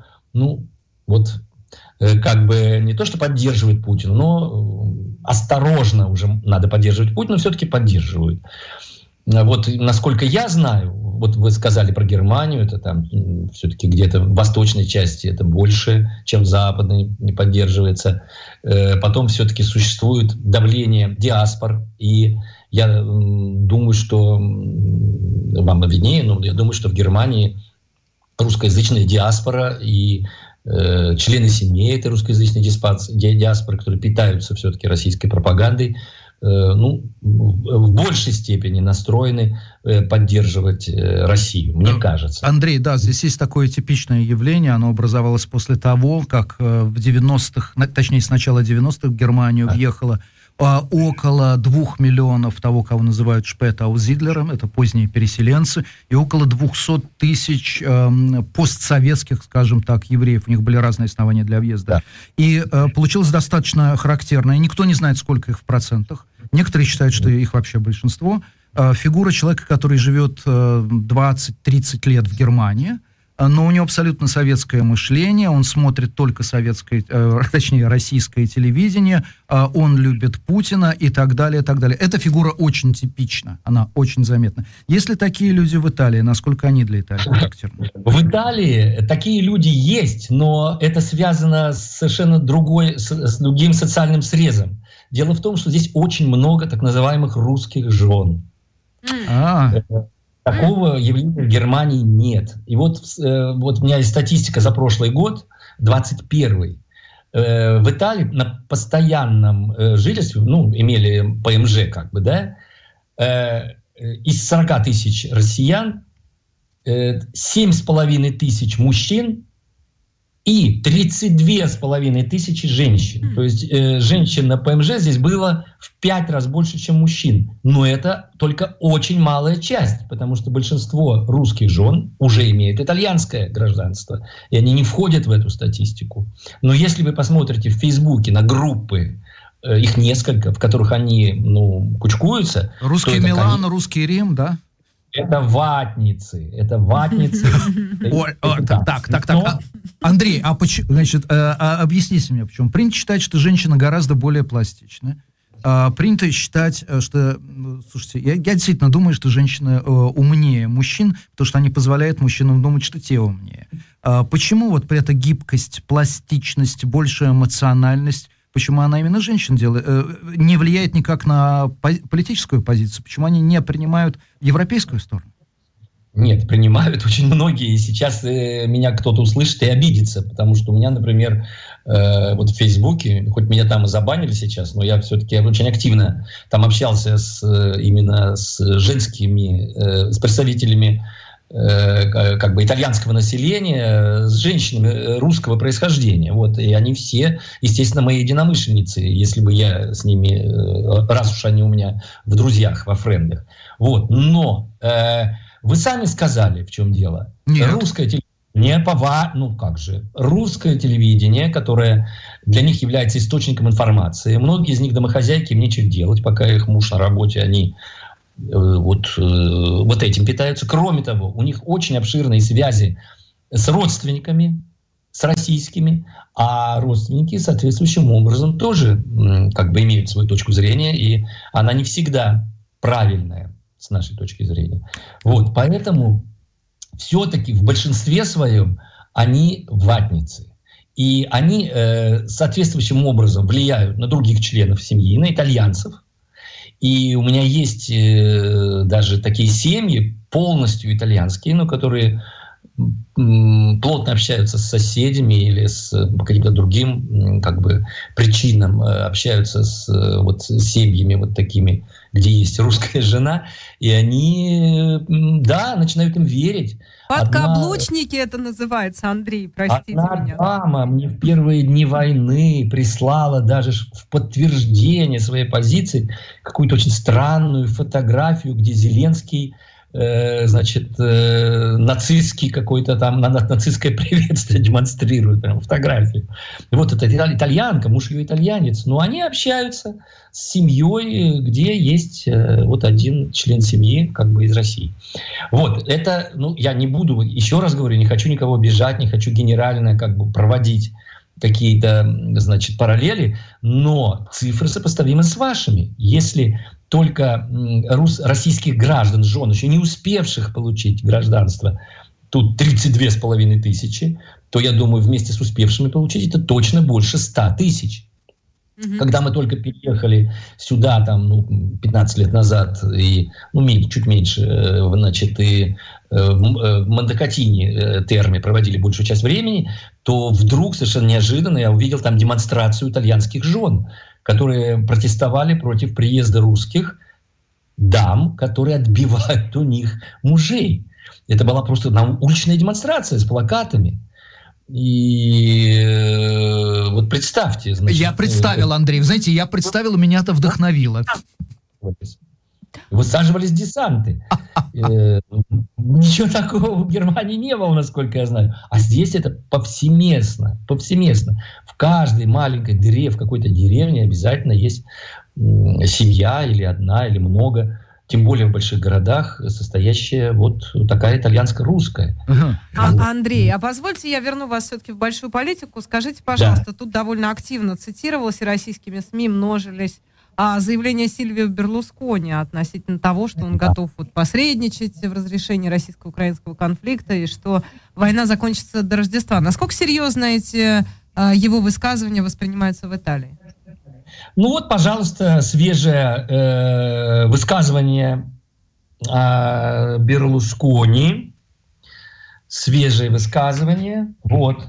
как бы не то, что поддерживает Путина, но осторожно уже надо поддерживать Путина, но все-таки поддерживают. Вот насколько я знаю, вот вы сказали про Германию, это там все-таки где-то в восточной части это больше, чем в западной не поддерживается. Потом все-таки существует давление диаспор, и я думаю, что вам виднее, но я думаю, что в Германии русскоязычная диаспора и члены семей этой русскоязычной диаспоры, которые питаются все-таки российской пропагандой, в большей степени настроены поддерживать Россию, мне кажется. Андрей, да, здесь есть такое типичное явление, оно образовалось после того, как в 90-х, точнее, с начала 90-х в Германию въехало около 2 миллионов того, кого называют шпет-аузидлером, это поздние переселенцы, и около 200 тысяч постсоветских, скажем так, евреев. У них были разные основания для въезда. Да. И получилось достаточно характерно, и никто не знает, сколько их в процентах. Некоторые считают, что их вообще большинство. Фигура человека, который живет 20-30 лет в Германии, но у него абсолютно советское мышление, он смотрит только российское телевидение, он любит Путина и так далее, и так далее. Эта фигура очень типична, она очень заметна. Есть ли такие люди в Италии? Насколько они для Италии характерны? В Италии такие люди есть, но это связано с совершенно с другим социальным срезом. Дело в том, что здесь очень много так называемых русских жен. Такого явления в Германии нет. И вот у меня есть статистика за прошлый год, 21-й. В Италии на постоянном жительстве, имели ПМЖ из 40 тысяч россиян 7,5 тысяч мужчин и 32,5 тысячи женщин. То есть женщин на ПМЖ здесь было в 5 раз больше, чем мужчин. Но это только очень малая часть, потому что большинство русских жен уже имеют итальянское гражданство, и они не входят в эту статистику. Но если вы посмотрите в Фейсбуке на группы, их несколько, в которых они кучкуются... Русский Милан, русский Рим, да? Это ватницы. Так. Андрей, объясните мне, почему? Принято считать, что женщина гораздо более пластична. Принято считать, что... Слушайте, я действительно думаю, что женщины умнее мужчин, потому что они позволяют мужчинам думать, что те умнее. Почему вот при этой гибкость, пластичность, большая эмоциональность, почему она именно женщин не влияет никак на политическую позицию? Почему они не принимают европейскую сторону? Нет, принимают очень многие. И сейчас меня кто-то услышит и обидится, потому что у меня, например, в Фейсбуке, хоть меня там и забанили сейчас, но я все-таки очень активно там общался именно с женскими, с представителями итальянского населения, с женщинами русского происхождения. И они все, естественно, мои единомышленницы, если бы я с ними, раз уж они у меня в друзьях, во френдах. Но вы сами сказали, в чем дело. Нет. Русское телевидение, русское телевидение, которое для них является источником информации. Многие из них домохозяйки, им нечего делать, пока их муж на работе, они вот этим питаются. Кроме того, у них очень обширные связи с родственниками, с российскими, а родственники соответствующим образом тоже как бы имеют свою точку зрения, и она не всегда правильная с нашей точки зрения. Вот, поэтому все-таки в большинстве своем они ватницы. И они соответствующим образом влияют на других членов семьи, на итальянцев. И у меня есть даже такие семьи, полностью итальянские, но которые плотно общаются с соседями или по каким-то другим как бы причинам общаются с семьями вот такими, где есть русская жена, и они, да, начинают им верить. Подкаблучники это называется, Андрей, простите меня. Одна дама мне в первые дни войны прислала даже в подтверждение своей позиции какую-то очень странную фотографию, где Зеленский нацистский какой-то там, нацистское приветствие демонстрирует, прям фотографию. И вот эта итальянка, муж ее итальянец, но они общаются с семьей, где есть вот один член семьи, как бы из России. Вот, это, я не буду, еще раз говорю, не хочу никого обижать, не хочу генерально как бы проводить какие-то, параллели, но цифры сопоставимы с вашими. Если только российских граждан, жен, еще не успевших получить гражданство, тут 32,5 тысячи, то, я думаю, вместе с успевшими получить это точно больше 100 тысяч. Когда мы только переехали сюда, 15 лет назад, и, чуть меньше, и в Мондокатине, Терме, проводили большую часть времени, то вдруг, совершенно неожиданно, я увидел там демонстрацию итальянских жен, которые протестовали против приезда русских дам, которые отбивают у них мужей. Это была просто уличная демонстрация с плакатами. И вот представьте. Я представил, Андрей. Знаете, я представил, меня это вдохновило. Высаживались десанты. Ничего такого в Германии не было, насколько я знаю. А здесь это повсеместно. В каждой маленькой дыре, в какой-то деревне обязательно есть семья или одна, или много. Тем более в больших городах, состоящая вот такая итальянско-русская. Андрей, а позвольте я верну вас все-таки в большую политику. Скажите, пожалуйста, тут довольно активно цитировалось, и российскими СМИ множились заявление Сильвио Берлускони относительно того, что он готов посредничать в разрешении российско-украинского конфликта и что война закончится до Рождества. Насколько серьезно эти его высказывания воспринимаются в Италии? Пожалуйста, свежее высказывание Берлускони. Свежее высказывание. Вот.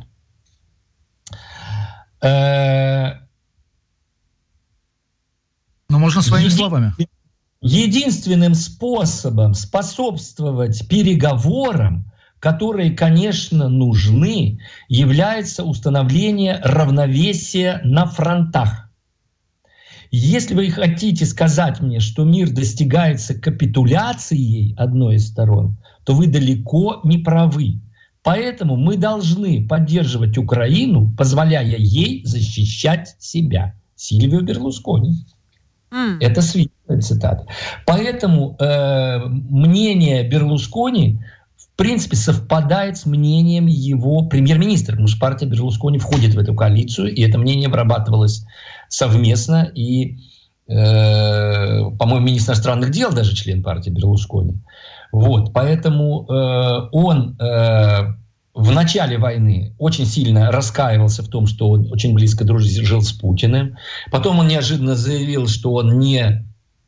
Но можно своими словами. Единственным способом способствовать переговорам, которые, конечно, нужны, является установление равновесия на фронтах. Если вы хотите сказать мне, что мир достигается капитуляцией одной из сторон, то вы далеко не правы. Поэтому мы должны поддерживать Украину, позволяя ей защищать себя. Сильвио Берлускони. Это свежая цитата. Поэтому мнение Берлускони в принципе совпадает с мнением его премьер-министра, потому что партия Берлускони входит в эту коалицию, и это мнение вырабатывалось совместно, и, по-моему, министр иностранных дел даже член партии Берлускони. Вот, поэтому он в начале войны очень сильно раскаивался в том, что он очень близко дружил с Путиным. Потом он неожиданно заявил, что он не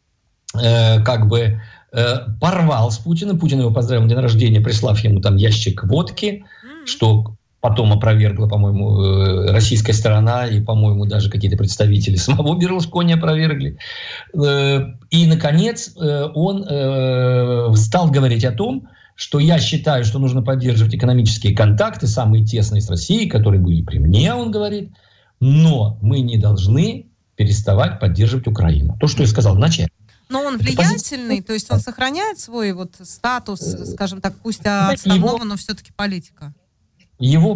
порвал с Путиным. Путин его поздравил на день рождения, прислав ему там ящик водки, что потом опровергла, по-моему, российская сторона, и, по-моему, даже какие-то представители самого Берлускони опровергли. И, наконец, он стал говорить о том, что я считаю, что нужно поддерживать экономические контакты, самые тесные с Россией, которые были при мне, он говорит, но мы не должны переставать поддерживать Украину. То, что я сказал вначале. Но он влиятельный, то есть он сохраняет свой статус, скажем так, пусть отставного, но все-таки политика. Его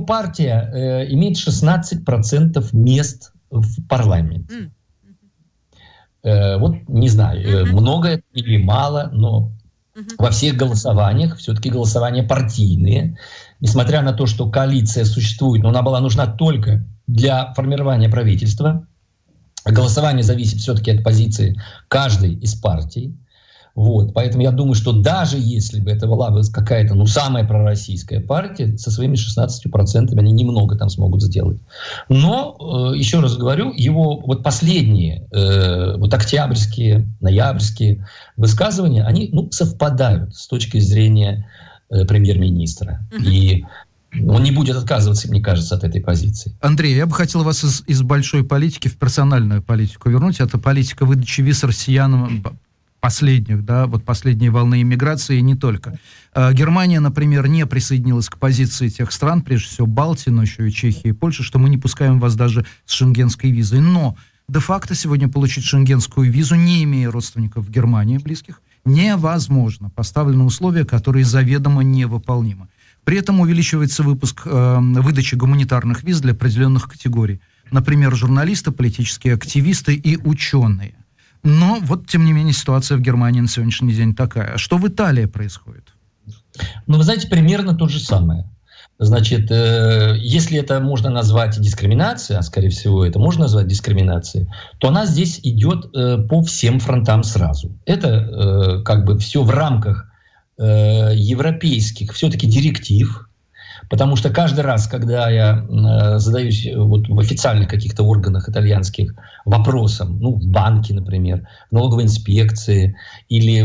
партия имеет 16% мест в парламенте. Вот не знаю, много это или мало, но во всех голосованиях все-таки голосования партийные. Несмотря на то, что коалиция существует, но она была нужна только для формирования правительства. Голосование зависит все-таки от позиции каждой из партий. Вот. Поэтому я думаю, что даже если бы это была бы какая-то самая пророссийская партия, со своими 16% они немного там смогут сделать. Но, еще раз говорю, его вот последние, вот октябрьские, ноябрьские высказывания, они совпадают с точки зрения премьер-министра. И он не будет отказываться, мне кажется, от этой позиции. Андрей, я бы хотел вас из большой политики в персональную политику вернуть. Это политика выдачи виз россиянам последней волны иммиграции, и не только. Германия, например, не присоединилась к позиции тех стран, прежде всего Балтии, но еще и Чехии и Польши, что мы не пускаем вас даже с шенгенской визой. Но де-факто сегодня получить шенгенскую визу, не имея родственников в Германии близких, невозможно. Поставлены условия, которые заведомо невыполнимы. При этом увеличивается выдача гуманитарных виз для определенных категорий. Например, журналисты, политические активисты и ученые. Но вот, тем не менее, ситуация в Германии на сегодняшний день такая. Что в Италии происходит? Вы знаете, примерно то же самое. Значит, если это можно назвать дискриминацией, а скорее всего это можно назвать дискриминацией, то она здесь идет по всем фронтам сразу. Это все в рамках европейских все-таки директив. Потому что каждый раз, когда я задаюсь в официальных каких-то органах итальянских вопросом, в банке, например, в налоговой инспекции, или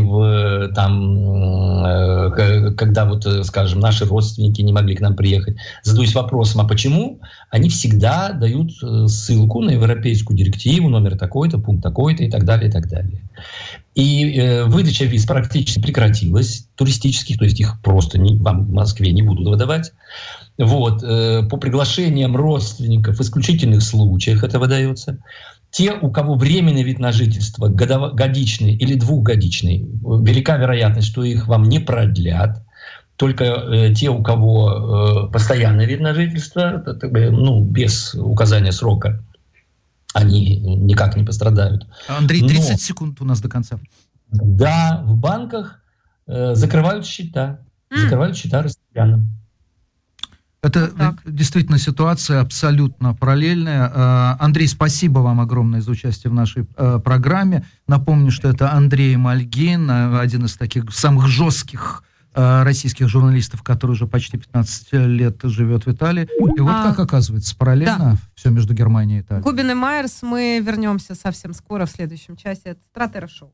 когда скажем, наши родственники не могли к нам приехать, задаюсь вопросом, а почему, они всегда дают ссылку на европейскую директиву, номер такой-то, пункт такой-то и так далее, и так далее. И выдача виз практически прекратилась, туристических, то есть их просто вам в Москве не будут выдавать. По приглашениям родственников в исключительных случаях это выдается. Те, у кого временный вид на жительство, годичный или двухгодичный, велика вероятность, что их вам не продлят. Только те, у кого постоянный вид на жительство, без указания срока, они никак не пострадают. Андрей, 30 секунд у нас до конца. Да, в банках закрывают счета. Закрывают счета россиянам. Это действительно ситуация абсолютно параллельная. Андрей, спасибо вам огромное за участие в нашей программе. Напомню, что это Андрей Мальгин, один из таких самых жестких российских журналистов, который уже почти 15 лет живет в Италии. И вот как оказывается, параллельно все между Германией и Италией. Губин и Майерс, мы вернемся совсем скоро в следующем часе. Это Стратера Шоу.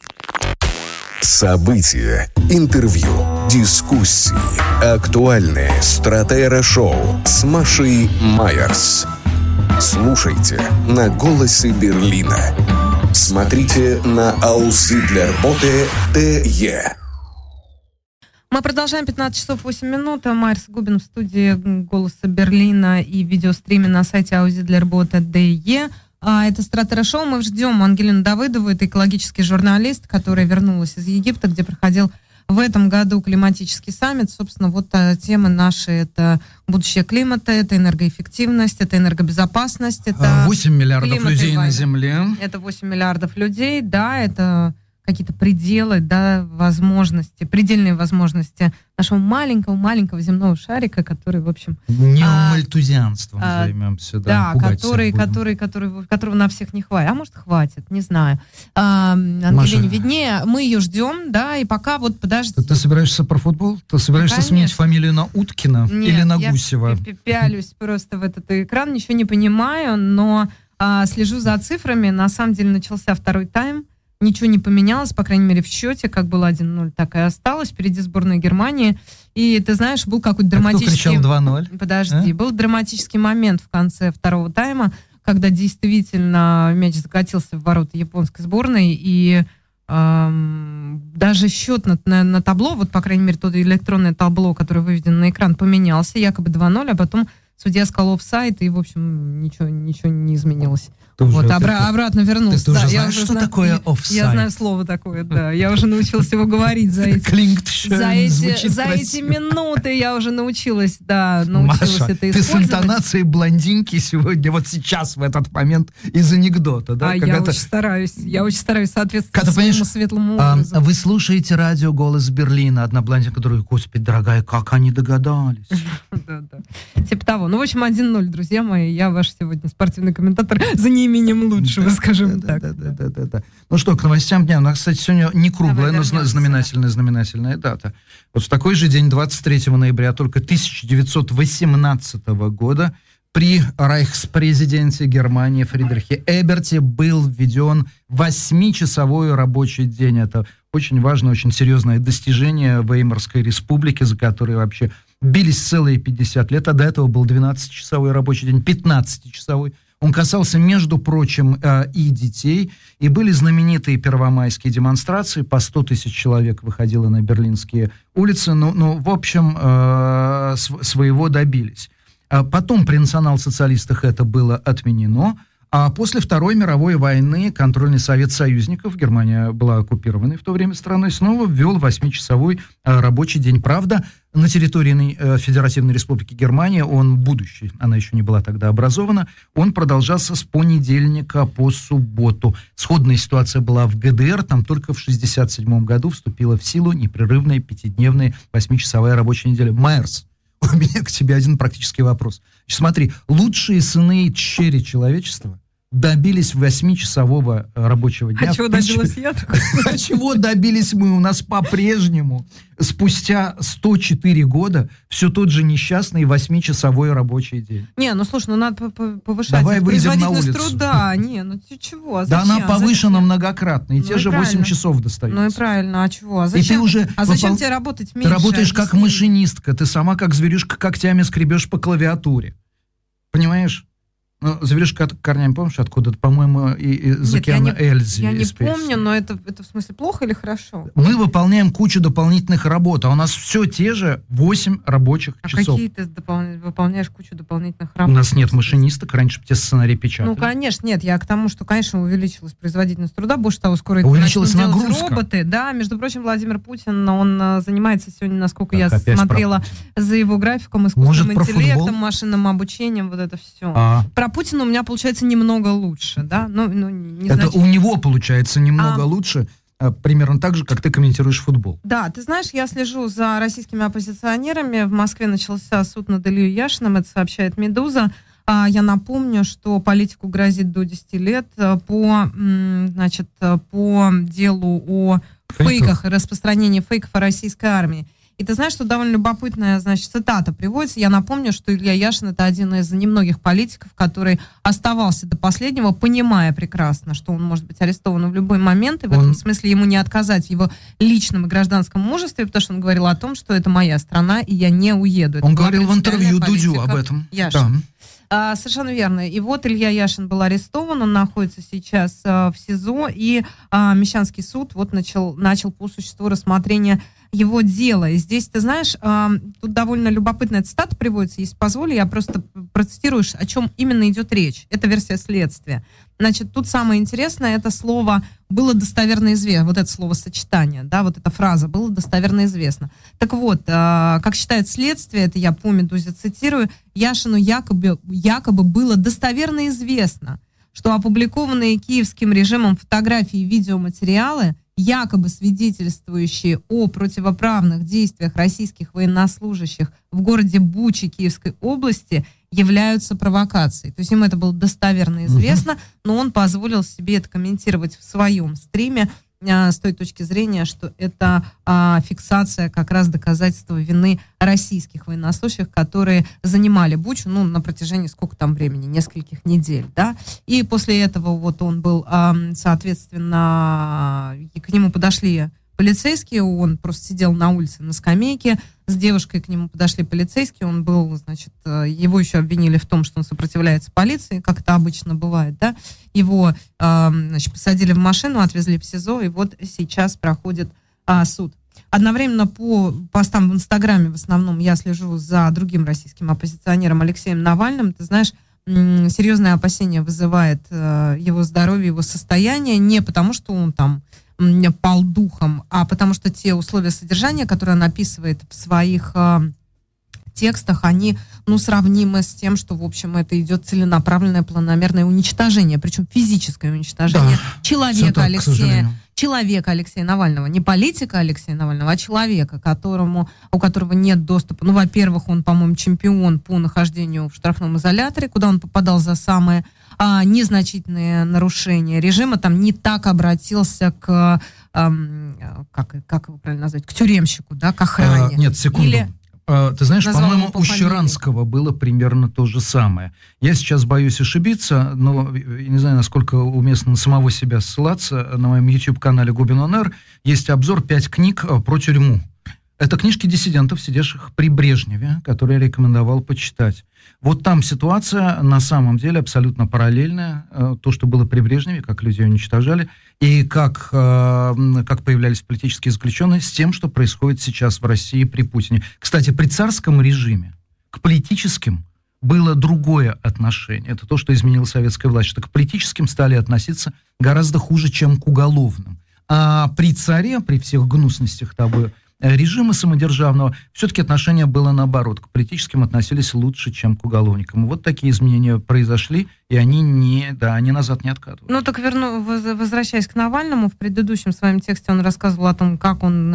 События, интервью, дискуссии, актуальные Стратера Шоу с Машей Майерс. Слушайте на «Голосе Берлина». Смотрите на auszidlerbote.de. Мы продолжаем. 15 часов 8 минут. Майерс Губин в студии «Голоса Берлина» и видеостриме на сайте auszidlerbote.de. Это Стратера Шоу. Мы ждем Ангелину Давыдову. Это экологический журналист, которая вернулась из Египта, где проходил в этом году климатический саммит. Собственно, темы наши — это будущее климата, это энергоэффективность, это энергобезопасность, это 8 миллиардов людей на Земле. Это 8 миллиардов людей, да, это какие-то пределы, да, возможности, предельные возможности нашего маленького земного шарика, который, в общем... Неомальтузианством займемся, да. Да, которого на всех не хватит. А может, хватит, не знаю. Ангелине виднее. Мы ее ждем, да, и пока подожди. Ты собираешься про футбол? Ты собираешься сменить фамилию на Уткина? Нет, или на Гусева? Я пялюсь просто в этот экран, ничего не понимаю, но слежу за цифрами. На самом деле начался второй тайм. Ничего не поменялось, по крайней мере, в счете. Как было 1-0, так и осталось. Впереди сборная Германии. И, ты знаешь, был какой-то драматический... Кто кричал 2-0? Подожди. Был драматический момент в конце второго тайма, когда действительно мяч закатился в ворота японской сборной, и даже счет на табло, по крайней мере, то электронное табло, которое выведено на экран, поменялся. Якобы 2-0, а потом судья сказал офсайд, и, в общем, ничего не изменилось. Ты Вот, уже- обратно вернулся. Ты Да, уже я знаешь, уже что такое офсайд? Я знаю слово такое, да. Я уже научилась его говорить за эти... За эти минуты я уже научилась это Маша, ты с использовать. интонацией блондинки сегодня, вот сейчас, в этот момент, из анекдота, да? Я очень стараюсь соответствовать Когда, своему понимаешь, светлому образу. вы слушаете радио «Голос Берлина», одна блондинка, которая, господи, дорогая, как они догадались? Да. Типа того. Ну, в общем, 1-0, друзья мои. Я ваш сегодня спортивный комментатор за неимением лучшего, скажем так. Да. Ну что, к новостям дня. У нас, кстати, сегодня не круглая, но знаменательная дата. Вот в такой же день, 23 ноября, только 1918 года, при рейхспрезиденте Германии Фридрихе Эберте был введен 8-часовой рабочий день. Это очень важное, очень серьезное достижение Веймарской республики, за которое вообще бились целые 50 лет, а до этого был 12-часовой рабочий день, 15-часовой. Он касался, между прочим, и детей, и были знаменитые первомайские демонстрации, по 100 тысяч человек выходило на берлинские улицы, в общем, своего добились. Потом при национал-социалистах это было отменено, а после Второй мировой войны контрольный совет союзников, Германия была оккупированной в то время страной, снова ввел 8-часовой рабочий день. Правда, на территории Федеративной Республики Германия, он будущий, она еще не была тогда образована, он продолжался с понедельника по субботу. Сходная ситуация была в ГДР, там только в 1967 году вступила в силу непрерывная 5-дневная 8-часовая рабочая неделя. Майерс, у меня к тебе один практический вопрос. Смотри, лучшие сыны и дщери человечества добились 8-часового рабочего дня. А чего добилась я? А чего добились мы? У нас по-прежнему спустя 104 года все тот же несчастный 8-часовой рабочий день. Не, слушай, надо повышать Давай выйдем на производительность улицу. труда. Ты чего? Да она повышена многократно, и те же 8 часов достаются. Ну и правильно, а чего? А И зачем, ты уже зачем тебе работать меньше? Ты работаешь как Объясни. машинистка, ты сама как зверюшка когтями скребешь по клавиатуре. Понимаешь? Зверюшка корнями, помнишь, откуда? По-моему, из океана Эльзи. Я не помню, но это в смысле плохо или хорошо? Мы выполняем кучу дополнительных работ, а у нас все те же 8 рабочих часов. Какие ты выполняешь кучу дополнительных работ? У нас нет машинисток, раньше те сценарии печатали. Ну, конечно, нет. Я к тому, что, конечно, увеличилась производительность труда. Больше того, скоро это увеличилась начнут делать нагрузка. роботы. Да, между прочим, Владимир Путин, он занимается сегодня, насколько я смотрела за его графиком, искусственным интеллектом, машинным обучением, вот это все. Про Путина у меня получается немного лучше, да? Не это у него получается немного лучше, примерно так же, как ты комментируешь футбол. Да, ты знаешь, я слежу за российскими оппозиционерами. В Москве начался суд над Ильей Яшиным, это сообщает «Медуза». Я напомню, что политику грозит до 10 лет по делу о фейках и распространении фейков о российской армии. И ты знаешь, что довольно любопытная, цитата приводится. Я напомню, что Илья Яшин — это один из немногих политиков, который оставался до последнего, понимая прекрасно, что он может быть арестован в любой момент, и в этом смысле ему не отказать в его личном и гражданском мужестве, потому что он говорил о том, что это моя страна, и я не уеду. Он говорил в интервью Дудю об этом. Яшин. Да. Совершенно верно. И вот Илья Яшин был арестован, он находится сейчас в СИЗО, и Мещанский суд начал по существу рассмотрение его дела. И здесь, ты знаешь, тут довольно любопытная цитата приводится, если позволю, я просто процитирую, о чем именно идет речь. Это версия следствия. Значит, тут самое интересное, это слово «было достоверно известно», вот это словосочетание, да, вот эта фраза «было достоверно известно». Так вот, как считает следствие, это я по «Медузе» цитирую, Яшину якобы было достоверно известно, что опубликованные киевским режимом фотографии и видеоматериалы, якобы свидетельствующие о противоправных действиях российских военнослужащих в городе Бучи Киевской области, являются провокацией. То есть ему это было достоверно известно, но он позволил себе это комментировать в своем стриме с той точки зрения, что это фиксация как раз доказательства вины российских военнослужащих, которые занимали Бучу, на протяжении сколько там времени, нескольких недель, да, и после этого вот он был, соответственно, к нему подошли полицейские, он просто сидел на улице на скамейке, с девушкой к нему подошли полицейские, он был, его еще обвинили в том, что он сопротивляется полиции, как это обычно бывает, да, его, посадили в машину, отвезли в СИЗО, и вот сейчас проходит суд. Одновременно по постам в Инстаграме в основном я слежу за другим российским оппозиционером Алексеем Навальным. Ты знаешь, серьезное опасение вызывает его здоровье, его состояние, не потому что он там пал духом, а потому что те условия содержания, которые он описывает в своих текстах, они, сравнимы с тем, что, в общем, это идет целенаправленное, планомерное уничтожение, причем физическое уничтожение человека Алексея Навального. Не политика Алексея Навального, а человека, у которого нет доступа. Во-первых, он, по-моему, чемпион по нахождению в штрафном изоляторе, куда он попадал за самые незначительные нарушения режима, там не так обратился к, как его правильно назвать, к тюремщику, да, к охране. Нет, секунду. Ты знаешь, по-моему, у Щеранского было примерно то же самое. Я сейчас боюсь ошибиться, но я не знаю, насколько уместно на самого себя ссылаться. На моем YouTube-канале Губин Он Эр есть обзор 5 книг про тюрьму. Это книжки диссидентов, сидевших при Брежневе, которые я рекомендовал почитать. Вот там ситуация на самом деле абсолютно параллельная. То, что было при Брежневе, как людей уничтожали, и как появлялись политические заключенные, с тем, что происходит сейчас в России при Путине. Кстати, при царском режиме к политическим было другое отношение. Это то, что изменила советская власть, что к политическим стали относиться гораздо хуже, чем к уголовным. А при царе, при всех гнусностях того режима самодержавного, все-таки отношение было наоборот. К политическим относились лучше, чем к уголовникам. Вот такие изменения произошли, и они они назад не откатывают. Так возвращаясь к Навальному, в предыдущем своем тексте он рассказывал о том, как он,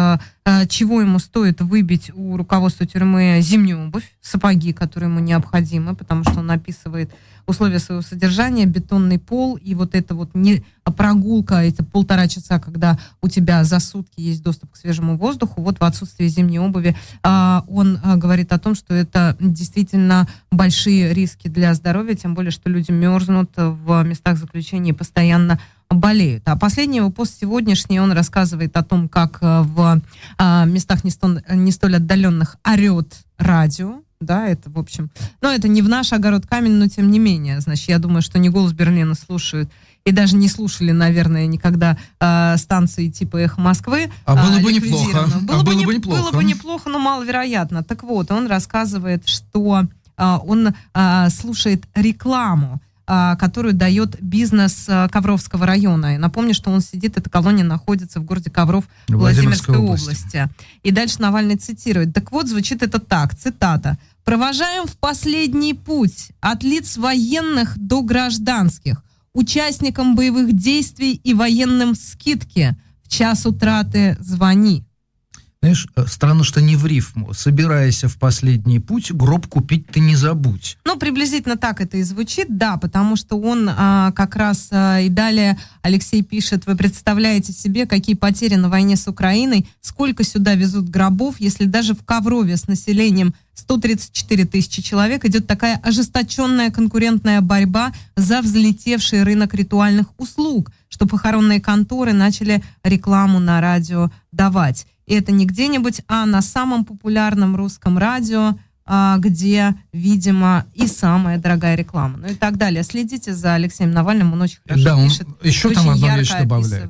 чего ему стоит выбить у руководства тюрьмы зимнюю обувь, сапоги, которые ему необходимы, потому что он описывает условия своего содержания, бетонный пол, и вот эта вот прогулка, это 1,5 часа, когда у тебя за сутки есть доступ к свежему воздуху, вот в отсутствии зимней обуви он говорит о том, что это действительно большие риски для здоровья, тем более, что люди мерзнут в местах заключения и постоянно болеют. А последний его пост сегодняшний, он рассказывает о том, как в местах не столь отдаленных орет радио. Да, это, в общем, это не в наш огород камень, но тем не менее, значит, я думаю, что не «Голос Берлина» слушают, и даже не слушали, наверное, никогда станции типа «Эхо Москвы». Было бы неплохо. Было бы неплохо, но маловероятно. Так вот, он рассказывает, что он слушает рекламу, которую дает бизнес Ковровского района. И напомню, что он сидит, эта колония находится в городе Ковров Владимирской области. И дальше Навальный цитирует. Так вот, звучит это так, цитата. «Провожаем в последний путь от лиц военных до гражданских, участникам боевых действий и военным скидки. В час утраты звони». Знаешь, странно, что не в рифму. «Собираясь в последний путь, гроб купить ты не забудь». Приблизительно так это и звучит, да, потому что он как раз и далее Алексей пишет: вы представляете себе, какие потери на войне с Украиной, сколько сюда везут гробов, если даже в Коврове с населением 134 тысячи человек идет такая ожесточенная конкурентная борьба за взлетевший рынок ритуальных услуг, что похоронные конторы начали рекламу на радио давать. И это не где-нибудь, а на самом популярном русском радио, где, видимо, и самая дорогая реклама. И так далее. Следите за Алексеем Навальным, он очень хорошо пишет. Еще там одну вещь добавляет.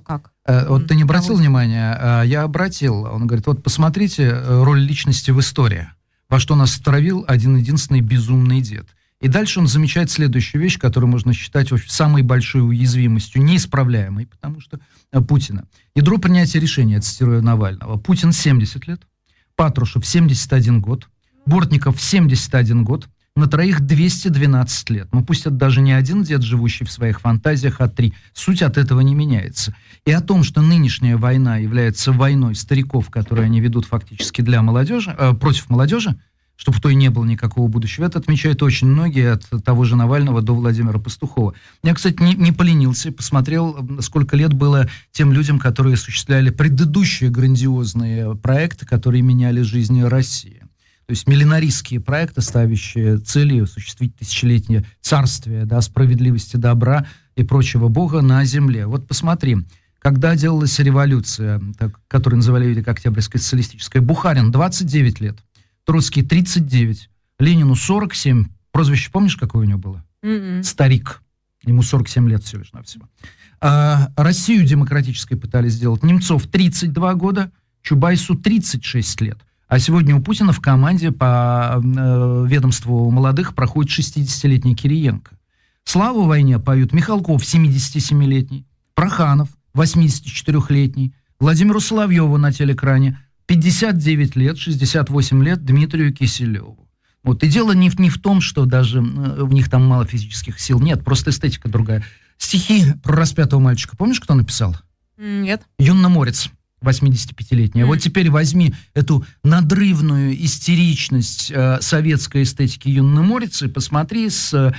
Вот ты не обратил внимания? Я обратил. Он говорит, вот посмотрите роль личности в истории. Во что нас стравил один-единственный безумный дед. И дальше он замечает следующую вещь, которую можно считать самой большой уязвимостью, неисправляемой, потому что Путина. Ядро принятия решения, цитирую Навального. Путин 70 лет, Патрушев 71 год, Бортников 71 год, на троих 212 лет. Пусть это даже не один дед, живущий в своих фантазиях, а 3. Суть от этого не меняется. И о том, что нынешняя война является войной стариков, которые они ведут фактически для молодежи, против молодежи, чтобы в той не было никакого будущего. Это отмечают очень многие, от того же Навального до Владимира Пастухова. Я, кстати, не поленился и посмотрел, сколько лет было тем людям, которые осуществляли предыдущие грандиозные проекты, которые меняли жизнь России. То есть миллинаристские проекты, ставящие целью осуществить тысячелетнее царствие, справедливости, добра и прочего Бога на земле. Вот посмотри, когда делалась революция, которую называли Октябрьская социалистическая, Бухарин 29 лет, Троцкий 39, Ленину 47. Прозвище помнишь, какое у него было? Старик. Ему 47 лет всего лишь навсего. Россию демократической пытались сделать. Немцов 32 года, Чубайсу 36 лет. А сегодня у Путина в команде по ведомству молодых проходит 60-летний Кириенко. Славу войне поют Михалков, 77-летний, Проханов, 84-летний, Владимиру Соловьеву на телекране 59 лет, 68 лет Дмитрию Киселеву. Вот. И дело не в том, что даже в них там мало физических сил. Нет, просто эстетика другая. Стихи про распятого мальчика. Помнишь, кто написал? Нет. Юнна Морец, 85-летняя. Вот теперь возьми эту надрывную истеричность советской эстетики Юнны Морец и посмотри с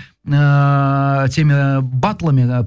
теми батлами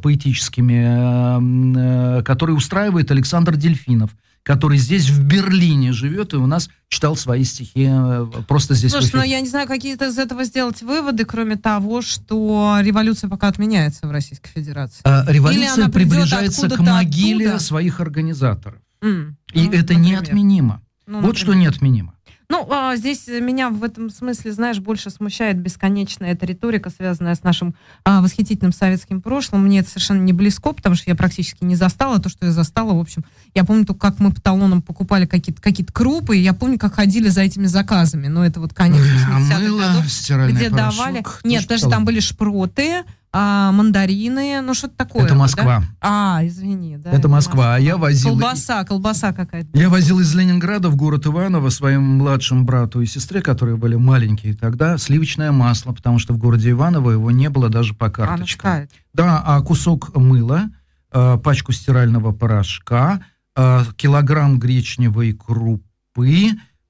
поэтическими, которые устраивает Александр Дельфинов, который здесь в Берлине живет и у нас читал свои стихи просто здесь. Слушай, я не знаю, какие из этого сделать выводы, кроме того, что революция пока отменяется в Российской Федерации. Революция приближается к могиле своих организаторов. И это неотменимо. Вот что неотменимо. Ну, здесь меня в этом смысле, знаешь, больше смущает бесконечная эта риторика, связанная с нашим восхитительным советским прошлым. Мне это совершенно не близко, потому что я практически не застала то, что я застала. В общем, я помню только, как мы по талонам покупали какие-то крупы, и я помню, как ходили за этими заказами. Но это вот конец 80-х годов, где давали... Нет, даже там были шпроты, мандарины, ну что-то такое. Это Москва. Да? Извини. Да, это Москва. А я возил... Колбаса какая-то. Я возил из Ленинграда в город Иваново своему младшему брату и сестре, которые были маленькие тогда, сливочное масло, потому что в городе Иваново его не было даже по карточкам. Да, а кусок мыла, пачку стирального порошка, килограмм гречневой крупы,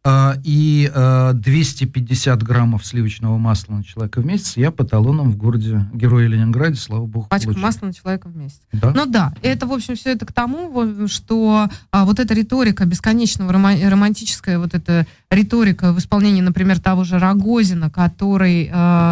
и 250 граммов сливочного масла на человека в месяц я по талонам в городе Героя Ленинграде, слава богу, пачка получил. Масла на человека в месяц. Да? Ну да, это, в общем, все это к тому, что вот эта риторика бесконечного романтическая, вот эта риторика в исполнении, например, того же Рогозина, который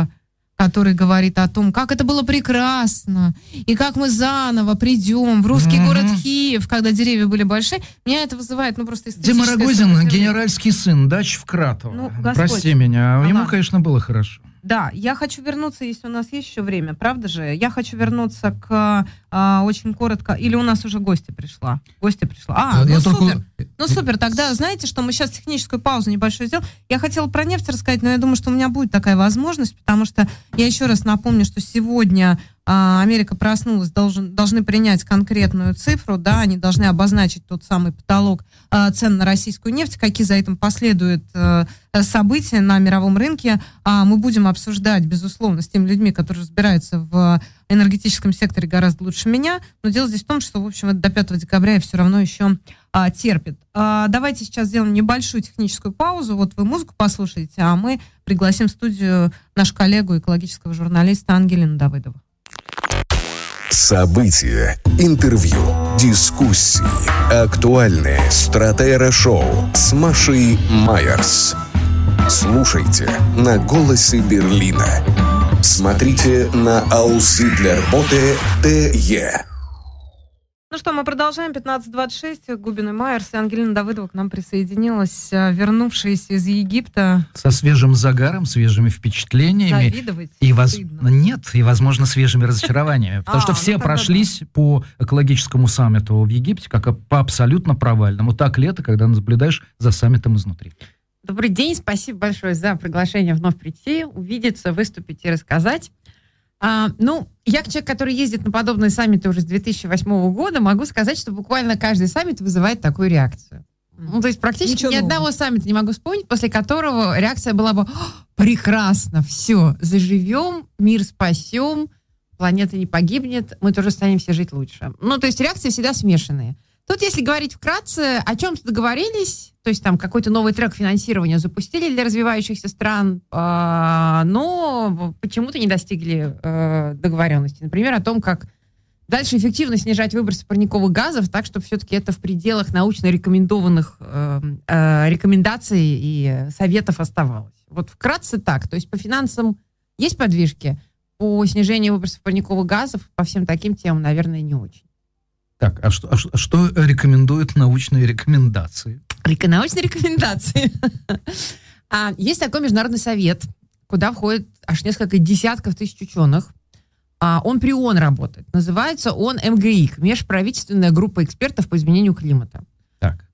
говорит о том, как это было прекрасно, и как мы заново придем в русский город Киев, когда деревья были большие, меня это вызывает, просто эстетическое... Дима Рогозин, генеральский сын, дач в Кратово. Прости меня, ему, конечно, было хорошо. Да, я хочу вернуться, если у нас есть еще время, правда же? Я хочу вернуться к очень коротко... Или у нас уже гостья пришла? Супер. Ну, супер. Тогда, знаете, что мы сейчас техническую паузу небольшую сделаем. Я хотела про нефть рассказать, но я думаю, что у меня будет такая возможность, потому что я еще раз напомню, что сегодня Америка проснулась, должны принять конкретную цифру, да, они должны обозначить тот самый потолок цен на российскую нефть, какие за этим последуют события на мировом рынке. Мы будем обсуждать, безусловно, с теми людьми, которые разбираются в энергетическом секторе гораздо лучше меня, но дело здесь в том, что, в общем, это до 5 декабря все равно еще терпит. Давайте сейчас сделаем небольшую техническую паузу, вот вы музыку послушаете, а мы пригласим в студию нашу коллегу, экологического журналиста Ангелину Давыдову. События, интервью, дискуссии, актуальные стратера-шоу с Машей Майерс. Слушайте на «Голосе Берлина». Смотрите на auszidlerbote.de. Ну что, мы продолжаем. 15:26. Губин и Майерс, и Ангелина Давыдова к нам присоединилась, вернувшаяся из Египта. Со свежим загаром, свежими впечатлениями. Завидовать Нет, и, возможно, свежими разочарованиями. Потому что все прошлись по экологическому саммиту в Египте как по абсолютно провальному. Так лето, когда наблюдаешь за саммитом изнутри. Добрый день, спасибо большое за приглашение вновь прийти, увидеться, выступить и рассказать. Я как человек, который ездит на подобные саммиты уже с 2008 года, могу сказать, что буквально каждый саммит вызывает такую реакцию. То есть практически ни одного саммита не могу вспомнить, после которого реакция была бы: прекрасно, все, заживем, мир спасем, планета не погибнет, мы тоже станем все жить лучше. То есть реакции всегда смешанные. Тут, если говорить вкратце, о чем-то договорились, то есть там какой-то новый трек финансирования запустили для развивающихся стран, но почему-то не достигли договоренности. Например, о том, как дальше эффективно снижать выбросы парниковых газов, так, чтобы все-таки это в пределах научно рекомендованных рекомендаций и советов оставалось. Вот вкратце так. То есть по финансам есть подвижки, по снижению выбросов парниковых газов, по всем таким темам, наверное, не очень. Так, а что рекомендуют научные рекомендации? Научные рекомендации. Есть такой международный совет, куда входит аж несколько десятков тысяч ученых. Он при ООН работает. Называется он МГИК, межправительственная группа экспертов по изменению климата. Так.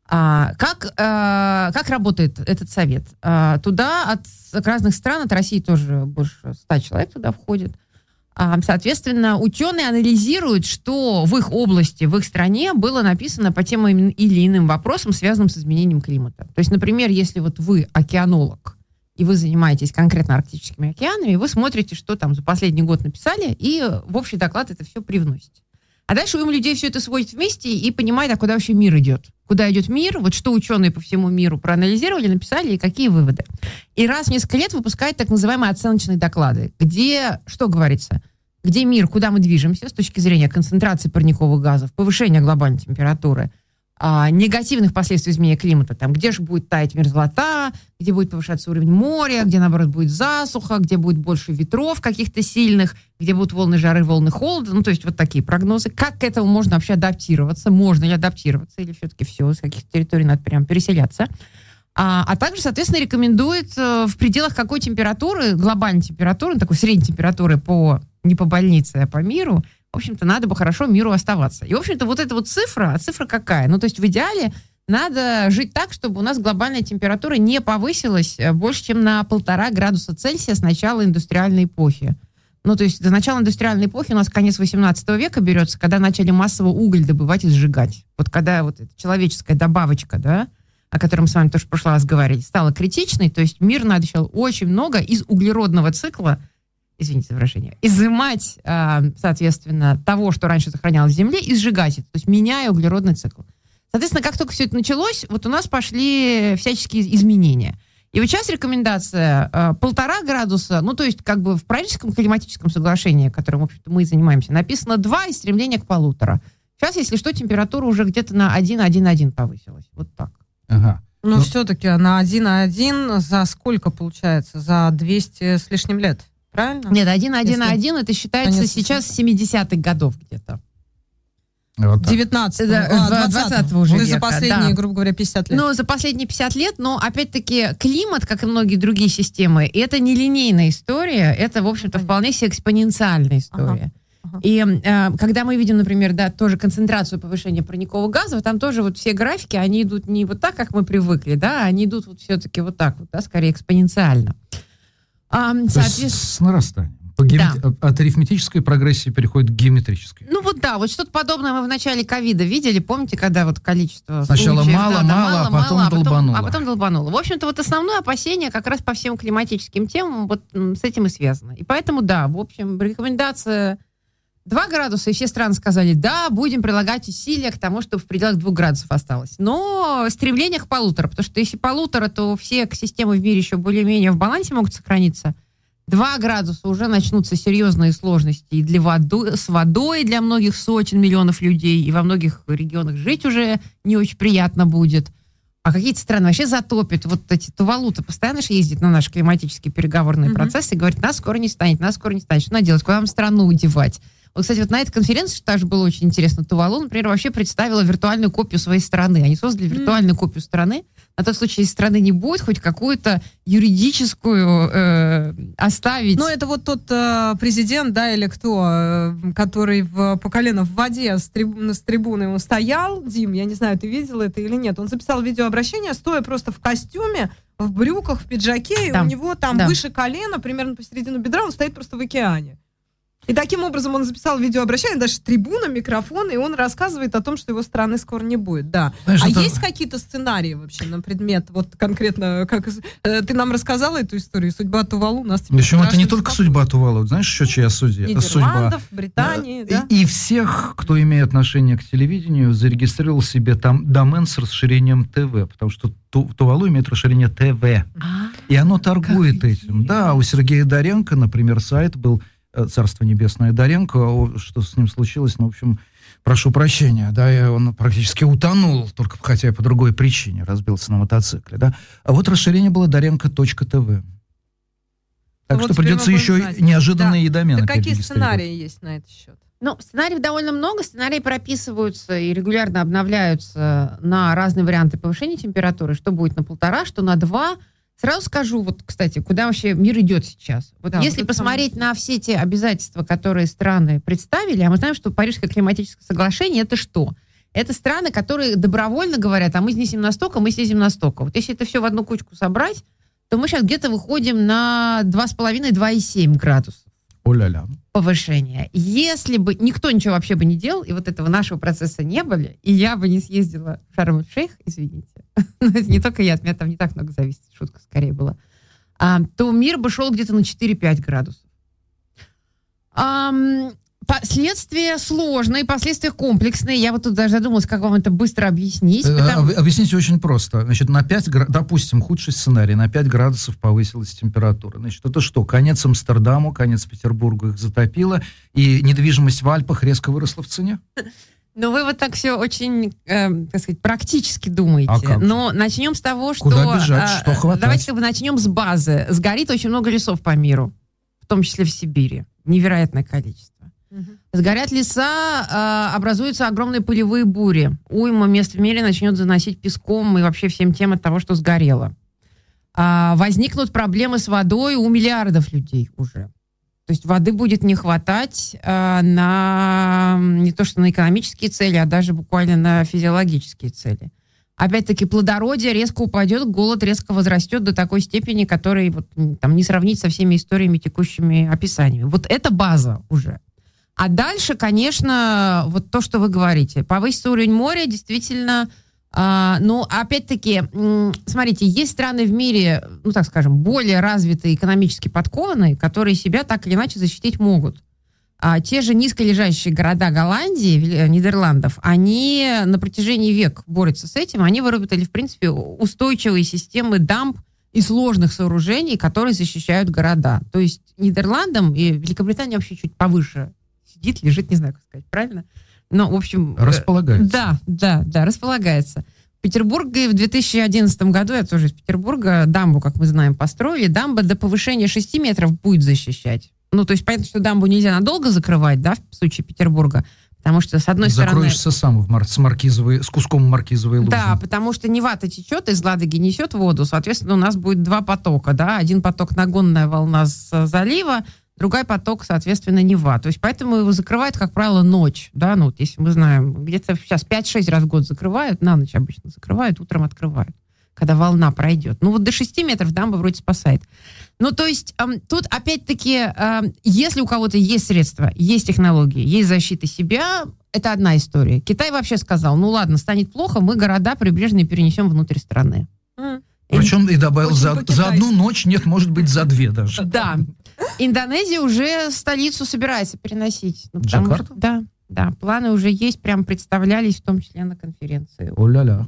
Как работает этот совет? Туда от разных стран, от России тоже больше 100 человек туда входит. Соответственно, ученые анализируют, что в их области, в их стране было написано по тем или иным вопросам, связанным с изменением климата. То есть, например, если вот вы океанолог, и вы занимаетесь конкретно арктическими океанами, вы смотрите, что там за последний год написали, и в общий доклад это все привносите. А дальше ум людей все это сводит вместе и понимает, а куда вообще мир идет. Куда идет мир, вот что ученые по всему миру проанализировали, написали, и какие выводы. И раз в несколько лет выпускают так называемые оценочные доклады, где, что говорится, где мир, куда мы движемся с точки зрения концентрации парниковых газов, повышения глобальной температуры, негативных последствий изменения климата, там, где же будет таять мерзлота, где будет повышаться уровень моря, где, наоборот, будет засуха, где будет больше ветров каких-то сильных, где будут волны жары, волны холода, ну, то есть вот такие прогнозы. Как к этому можно вообще адаптироваться? Можно ли адаптироваться? Или все-таки все, с каких-то территорий надо прям переселяться? А также, соответственно, рекомендует в пределах какой температуры, глобальной температуры, такой средней температуры не по больнице, а по миру, в общем-то, надо бы хорошо миру оставаться. И, в общем-то, вот эта вот цифра какая? Ну, то есть в идеале надо жить так, чтобы у нас глобальная температура не повысилась больше, чем на 1,5 градуса Цельсия с начала индустриальной эпохи. Ну, то есть до начала индустриальной эпохи у нас конец 18 века берется, когда начали массово уголь добывать и сжигать. Вот когда вот эта человеческая добавочка, да, о которой мы с вами тоже в прошлый раз говорили, стала критичной, то есть мир начал очень много из углеродного цикла, извините за выражение, изымать, соответственно, того, что раньше сохранялось в Земле, и сжигать это, то есть меняя углеродный цикл. Соответственно, как только все это началось, вот у нас пошли всяческие изменения. И вот сейчас рекомендация 1,5 градуса, ну, то есть как бы в Парижском климатическом соглашении, которым, в общем-то, мы и занимаемся, написано 2 и стремление к 1,5. Сейчас, если что, температура уже где-то на 1,1 повысилась. Вот так. Ага. Но все-таки на 1,1 за сколько получается? За 200 с лишним лет, правильно? Нет, 1,1 это считается сейчас с 70-х годов где-то. Вот 19-го уже века, века, за последние, да. грубо говоря, 50 лет. Ну, за последние 50 лет, но, опять-таки, климат, как и многие другие системы, это не линейная история, это, в общем-то, вполне себе экспоненциальная история. Ага. И когда мы видим, например, да, тоже концентрацию повышения парниковых газов, там тоже вот все графики, они идут не вот так, как мы привыкли, да, они идут вот все-таки вот так вот, да, скорее экспоненциально. С нарастанием. Да. От арифметической прогрессии переходит к геометрической. Ну вот да, вот что-то подобное мы в начале ковида видели, помните, когда вот количество сначала случаев, мало, а потом долбануло. А потом долбануло. В общем-то, вот основное опасение как раз по всем климатическим темам вот с этим и связано. И поэтому, да, в общем, рекомендация 2 градуса, и все страны сказали, да, будем прилагать усилия к тому, чтобы в пределах 2 градусов осталось. Но стремление к 1,5, потому что если 1,5, то все экосистемы в мире еще более-менее в балансе могут сохраниться. 2 градуса уже начнутся серьезные сложности и с водой для многих сотен миллионов людей, и во многих регионах жить уже не очень приятно будет. А какие-то страны вообще затопят. Вот эти Тувалу-то постоянно же ездит на наши климатические переговорные процессы и говорит, нас скоро не станет. Что надо делать? Куда нам страну удевать? Вот, кстати, вот на этой конференции тоже было очень интересно. Тувалу, например, вообще представила виртуальную копию своей страны. Они создали виртуальную копию страны. На тот случай, если страны не будет, хоть какую-то юридическую оставить. Ну, это вот тот президент, да, или кто, который по колено в воде с трибуны он стоял. Дим, я не знаю, ты видел это или нет. Он записал видеообращение, стоя просто в костюме, в брюках, в пиджаке, и у него там выше колена, примерно посередину бедра, он стоит просто в океане. И таким образом он записал видеообращение, даже трибуна, микрофон, и он рассказывает о том, что его страны скоро не будет. Да. Знаешь, есть какие-то сценарии вообще на предмет, вот конкретно, как ты нам рассказала эту историю, судьба Тувалу? Причем это не только судьба Тувалу, знаешь, еще чья судьба? Нидерландов, Британии, да? И всех, кто имеет отношение к телевидению, зарегистрировал себе там домен с расширением ТВ, потому что Тувалу имеет расширение ТВ. И оно торгует этим. Да, у Сергея Доренко, например, сайт был «Царство небесное» Доренко, что с ним случилось, ну, в общем, прошу прощения, да, и он практически утонул, только хотя и по другой причине, разбился на мотоцикле, да. А вот расширение было Доренко.тв. Так что придется еще неожиданные и домены перерегистрировать. Какие сценарии есть на этот счет? Ну, сценариев довольно много, сценарии прописываются и регулярно обновляются на разные варианты повышения температуры, что будет на 1,5, что на 2. Сразу скажу, вот, кстати, куда вообще мир идет сейчас. Вот Да, если вот посмотреть на все те обязательства, которые страны представили, а мы знаем, что Парижское климатическое соглашение — это что? Это страны, которые добровольно говорят, а мы снизим настолько, мы снизим настолько. Вот если это все в одну кучку собрать, то мы сейчас где-то выходим на 2,5-2,7 градусов. О-ля-ля. Повышение. Если бы никто ничего вообще бы не делал, и вот этого нашего процесса не было, и я бы не съездила в Шарм-эль-Шейх, извините, но это не только я, от меня там не так много зависит, шутка скорее была, то мир бы шел где-то на 4-5 градусов. Последствия сложные, последствия комплексные. Я вот тут даже задумалась, как вам это быстро объяснить. Объясните очень просто. Значит, на 5 допустим, худший сценарий, на 5 градусов повысилась температура. Значит, это что? Конец Амстердаму, конец Петербургу их затопило, и недвижимость в Альпах резко выросла в цене? Ну, вы вот так все очень, так сказать, практически думаете. А как? Но начнем с того, что... Куда бежать, что хватать? Давайте начнем с базы. Сгорит очень много лесов по миру, в том числе в Сибири. Невероятное количество. Сгорят леса, образуются огромные пылевые бури. Уйма мест в мире начнет заносить песком и вообще всем тем от того, что сгорело. Возникнут проблемы с водой у миллиардов людей уже. То есть воды будет не хватать на не то что на экономические цели, а даже буквально на физиологические цели. Опять-таки плодородие резко упадет, голод резко возрастет до такой степени, которой вот, там, не сравнить со всеми историями, текущими описаниями. Вот это база уже. А дальше, конечно, вот то, что вы говорите. Повысится уровень моря, действительно. Но, опять-таки, смотрите, есть страны в мире, ну, так скажем, более развитые, экономически подкованные, которые себя так или иначе защитить могут. Те же низколежащие города Голландии, Нидерландов, они на протяжении века борются с этим. Они выработали, в принципе, устойчивые системы дамб и сложных сооружений, которые защищают города. То есть Нидерландам и Великобритания вообще чуть повыше сидит, лежит, не знаю, как сказать, правильно? Но, в общем... Располагается. Да, располагается. В Петербурге в 2011 году, я тоже из Петербурга, дамбу, как мы знаем, построили. Дамба до повышения 6 метров будет защищать. Ну, то есть понятно, что дамбу нельзя надолго закрывать, да, в случае Петербурга, потому что, с одной стороны... Закроешься сам с куском маркизовой лужи. Да, потому что Невата течет, из Ладоги несет воду, соответственно, у нас будет 2 потока, да, один поток нагонная волна с залива, другой поток, соответственно, Нева. То есть поэтому его закрывают, как правило, ночь, да, ну, вот если мы знаем, где-то сейчас 5-6 раз в год закрывают, на ночь обычно закрывают, утром открывают, когда волна пройдет. Ну, вот до 6 метров дамба вроде спасает. Ну, то есть тут, опять-таки, если у кого-то есть средства, есть технологии, есть защита себя, это одна история. Китай вообще сказал, ну, ладно, станет плохо, мы города прибрежные перенесем внутрь страны. Причем и добавил, за одну ночь, нет, может быть, за 2 даже. Да. Индонезия уже столицу собирается переносить. Ну, Джакарту? Да, планы уже есть, прям представлялись, в том числе на конференции. О-ля-ля.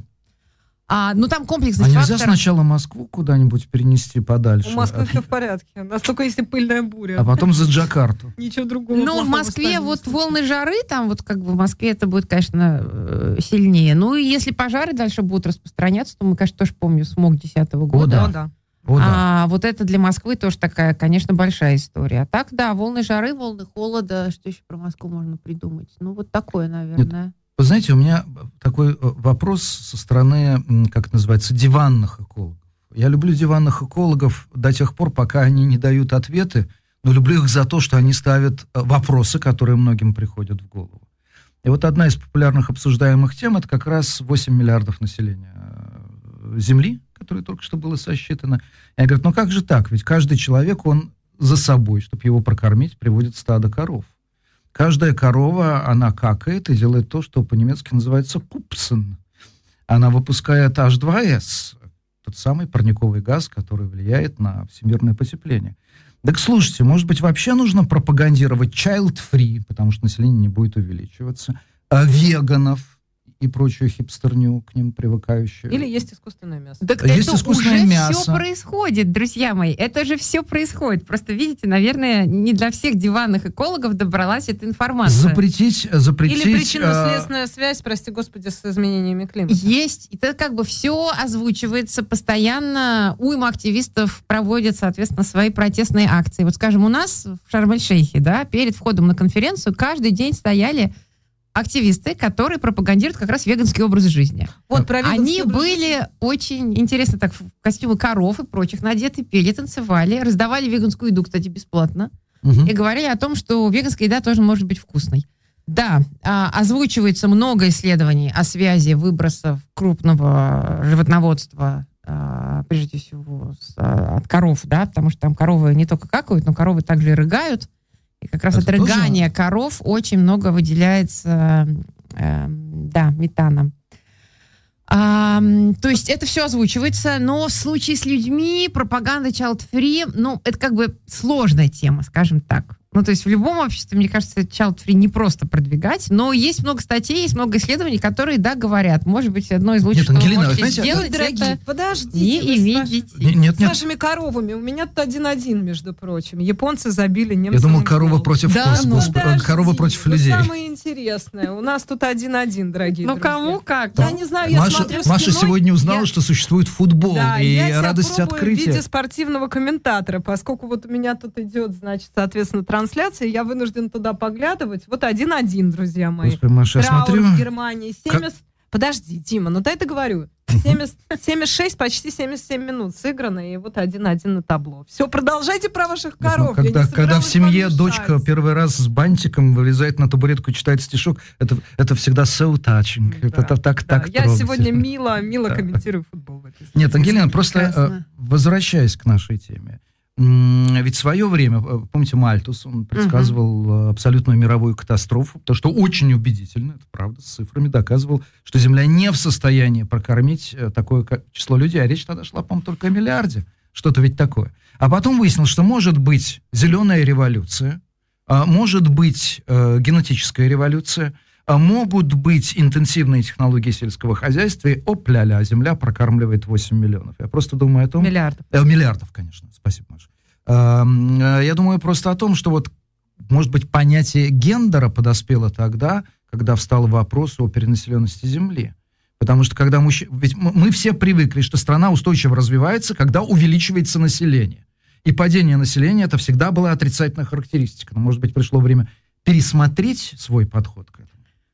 Ну, там комплексный фактор. Нельзя сначала Москву куда-нибудь перенести подальше? У Москвы все в порядке. У нас только если пыльная буря. А потом за Джакарту. Ничего другого. Ну, в Москве вот волны жары, там вот как бы в Москве это будет, конечно, сильнее. Ну, и если пожары дальше будут распространяться, то мы, конечно, тоже помним смог 2010 года. О, да. О, да. Вот это для Москвы тоже такая, конечно, большая история. А так, да, волны жары, волны холода. Что еще про Москву можно придумать? Ну, вот такое, наверное. Нет. Вы знаете, у меня такой вопрос со стороны, как это называется, диванных экологов. Я люблю диванных экологов до тех пор, пока они не дают ответы, но люблю их за то, что они ставят вопросы, которые многим приходят в голову. И вот одна из популярных обсуждаемых тем — это как раз 8 миллиардов населения Земли, которое только что было сосчитано. И они говорят, ну как же так? Ведь каждый человек, он за собой, чтобы его прокормить, приводит стадо коров. Каждая корова, она какает и делает то, что по-немецки называется пупсен. Она выпускает H2S, тот самый парниковый газ, который влияет на всемирное потепление. Так слушайте, может быть, вообще нужно пропагандировать child-free, потому что население не будет увеличиваться, веганов и прочую хипстерню, к ним привыкающую. Или есть искусственное мясо. Так есть это искусственное уже мясо. все происходит, друзья мои. Это же все происходит. Просто, видите, наверное, не для всех диванных экологов добралась эта информация. Запретить. Или причинно-следственная связь, прости господи, с изменениями климата. Есть. Это как бы все озвучивается постоянно. Уйма активистов проводят, соответственно, свои протестные акции. Вот, скажем, у нас в Шарм-эль-Шейхе, да, перед входом на конференцию каждый день стояли активисты, которые пропагандируют как раз веганский образ жизни. Вот, про Они были очень интересно так в костюмы коров и прочих надеты, пели, танцевали, раздавали веганскую еду, кстати, бесплатно. И говорили о том, что веганская еда тоже может быть вкусной. Да, озвучивается много исследований о связи выбросов крупного животноводства, прежде всего от коров, да, потому что там коровы не только какают, но коровы также и рыгают. И как раз от рыгания коров очень много выделяется метана. То есть это все озвучивается, но в случае с людьми пропаганда child-free, это как бы сложная тема, скажем так. То есть в любом обществе, мне кажется, child-free не просто продвигать, но есть много статей, есть много исследований, которые, говорят, может быть, одно из лучших, что вы можете знаете, сделать, дорогие, это подождите, не иметь детей. С вашими коровами. У меня тут 1-1, между прочим. Японцы забили немцам. Я думал, корова против корова против людей. Самое интересное. У нас тут 1-1, дорогие друзья. Кому как? Я не знаю, я смотрю Маша сегодня узнала, что существует футбол, и радость открытия. в виде спортивного комментатора, поскольку вот у меня тут идет, соответственно, трансляция, я вынужден туда поглядывать. Вот 1-1, друзья мои. Господи, Маша, я смотрю... в Германии 70... Подожди, Дима, дай договорю. 76, почти 77 минут сыграно, и вот 1-1 на табло. Все, продолжайте про ваших коров. Когда в семье дочка первый раз с бантиком вылезает на табуретку и читает стишок, это всегда so touching. Это так я сегодня мило комментирую футбол. Нет, Ангелина, просто возвращаясь к нашей теме. Ведь в свое время, помните, Мальтус, он предсказывал абсолютную мировую катастрофу, потому что очень убедительно, это правда, с цифрами доказывал, что Земля не в состоянии прокормить такое число людей, а речь тогда шла, по-моему, только о миллиарде, что-то ведь такое. А потом выяснилось, что может быть зеленая революция, может быть генетическая революция, могут быть интенсивные технологии сельского хозяйства, и опля-ля, Земля прокармливает 8 миллионов. Я просто думаю о том... Миллиардов, конечно. Спасибо, Маша. Я думаю просто о том, что может быть, понятие гендера подоспело тогда, когда встал вопрос о перенаселенности Земли. Потому что когда ведь мы все привыкли, что страна устойчиво развивается, когда увеличивается население. И падение населения — это всегда была отрицательная характеристика. Но, может быть, пришло время пересмотреть свой подход к этому.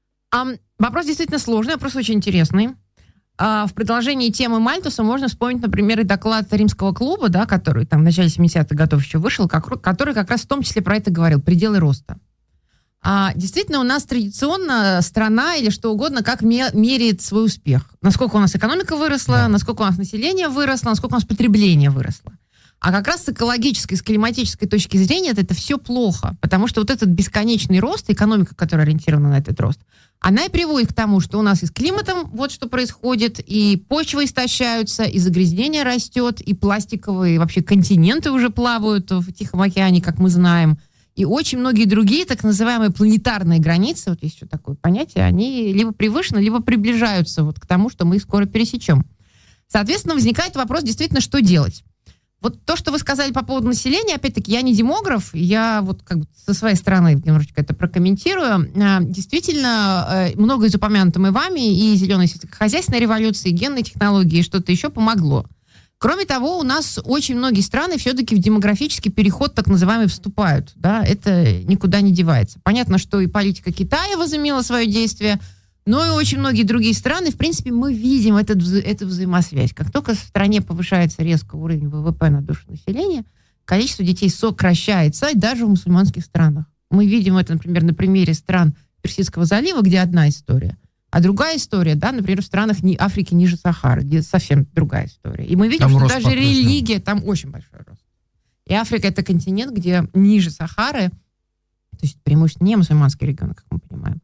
Вопрос действительно сложный, вопрос очень интересный. В продолжении темы Мальтуса можно вспомнить, например, и доклад Римского клуба, который там в начале 70-х годов еще вышел, который как раз в том числе про это говорил, пределы роста. Действительно, у нас традиционно страна или что угодно, как меряет свой успех. Насколько у нас экономика выросла, насколько у нас население выросло, насколько у нас потребление выросло. А как раз с экологической, с климатической точки зрения это все плохо, потому что вот этот бесконечный рост, экономика, которая ориентирована на этот рост, она и приводит к тому, что у нас и с климатом вот что происходит, и почвы истощаются, и загрязнение растет, и пластиковые вообще континенты уже плавают в Тихом океане, как мы знаем, и очень многие другие так называемые планетарные границы, вот есть еще такое понятие, они либо превышены, либо приближаются вот к тому, что мы их скоро пересечем. Соответственно, возникает вопрос действительно, что делать. Вот то, что вы сказали по поводу населения, опять-таки, я не демограф, я вот как бы со своей стороны немножечко это прокомментирую. Действительно, много из упомянутого и вами, и зеленой сельскохозяйственной революции, и генной технологии, и что-то еще помогло. Кроме того, у нас очень многие страны все-таки в демографический переход так называемый вступают. Да? Это никуда не девается. Понятно, что и политика Китая возымела свое действие, но и очень многие другие страны, в принципе, мы видим эту взаимосвязь. Как только в стране повышается резко уровень ВВП на душу населения, количество детей сокращается, и даже в мусульманских странах. Мы видим это, например, на примере стран Персидского залива, где одна история, а другая история, например, в странах Африки ниже Сахары, где совсем другая история. И мы видим, там что даже религия, там очень большой рост. И Африка — это континент, где ниже Сахары, то есть преимущественно не мусульманский регион, как мы понимаем,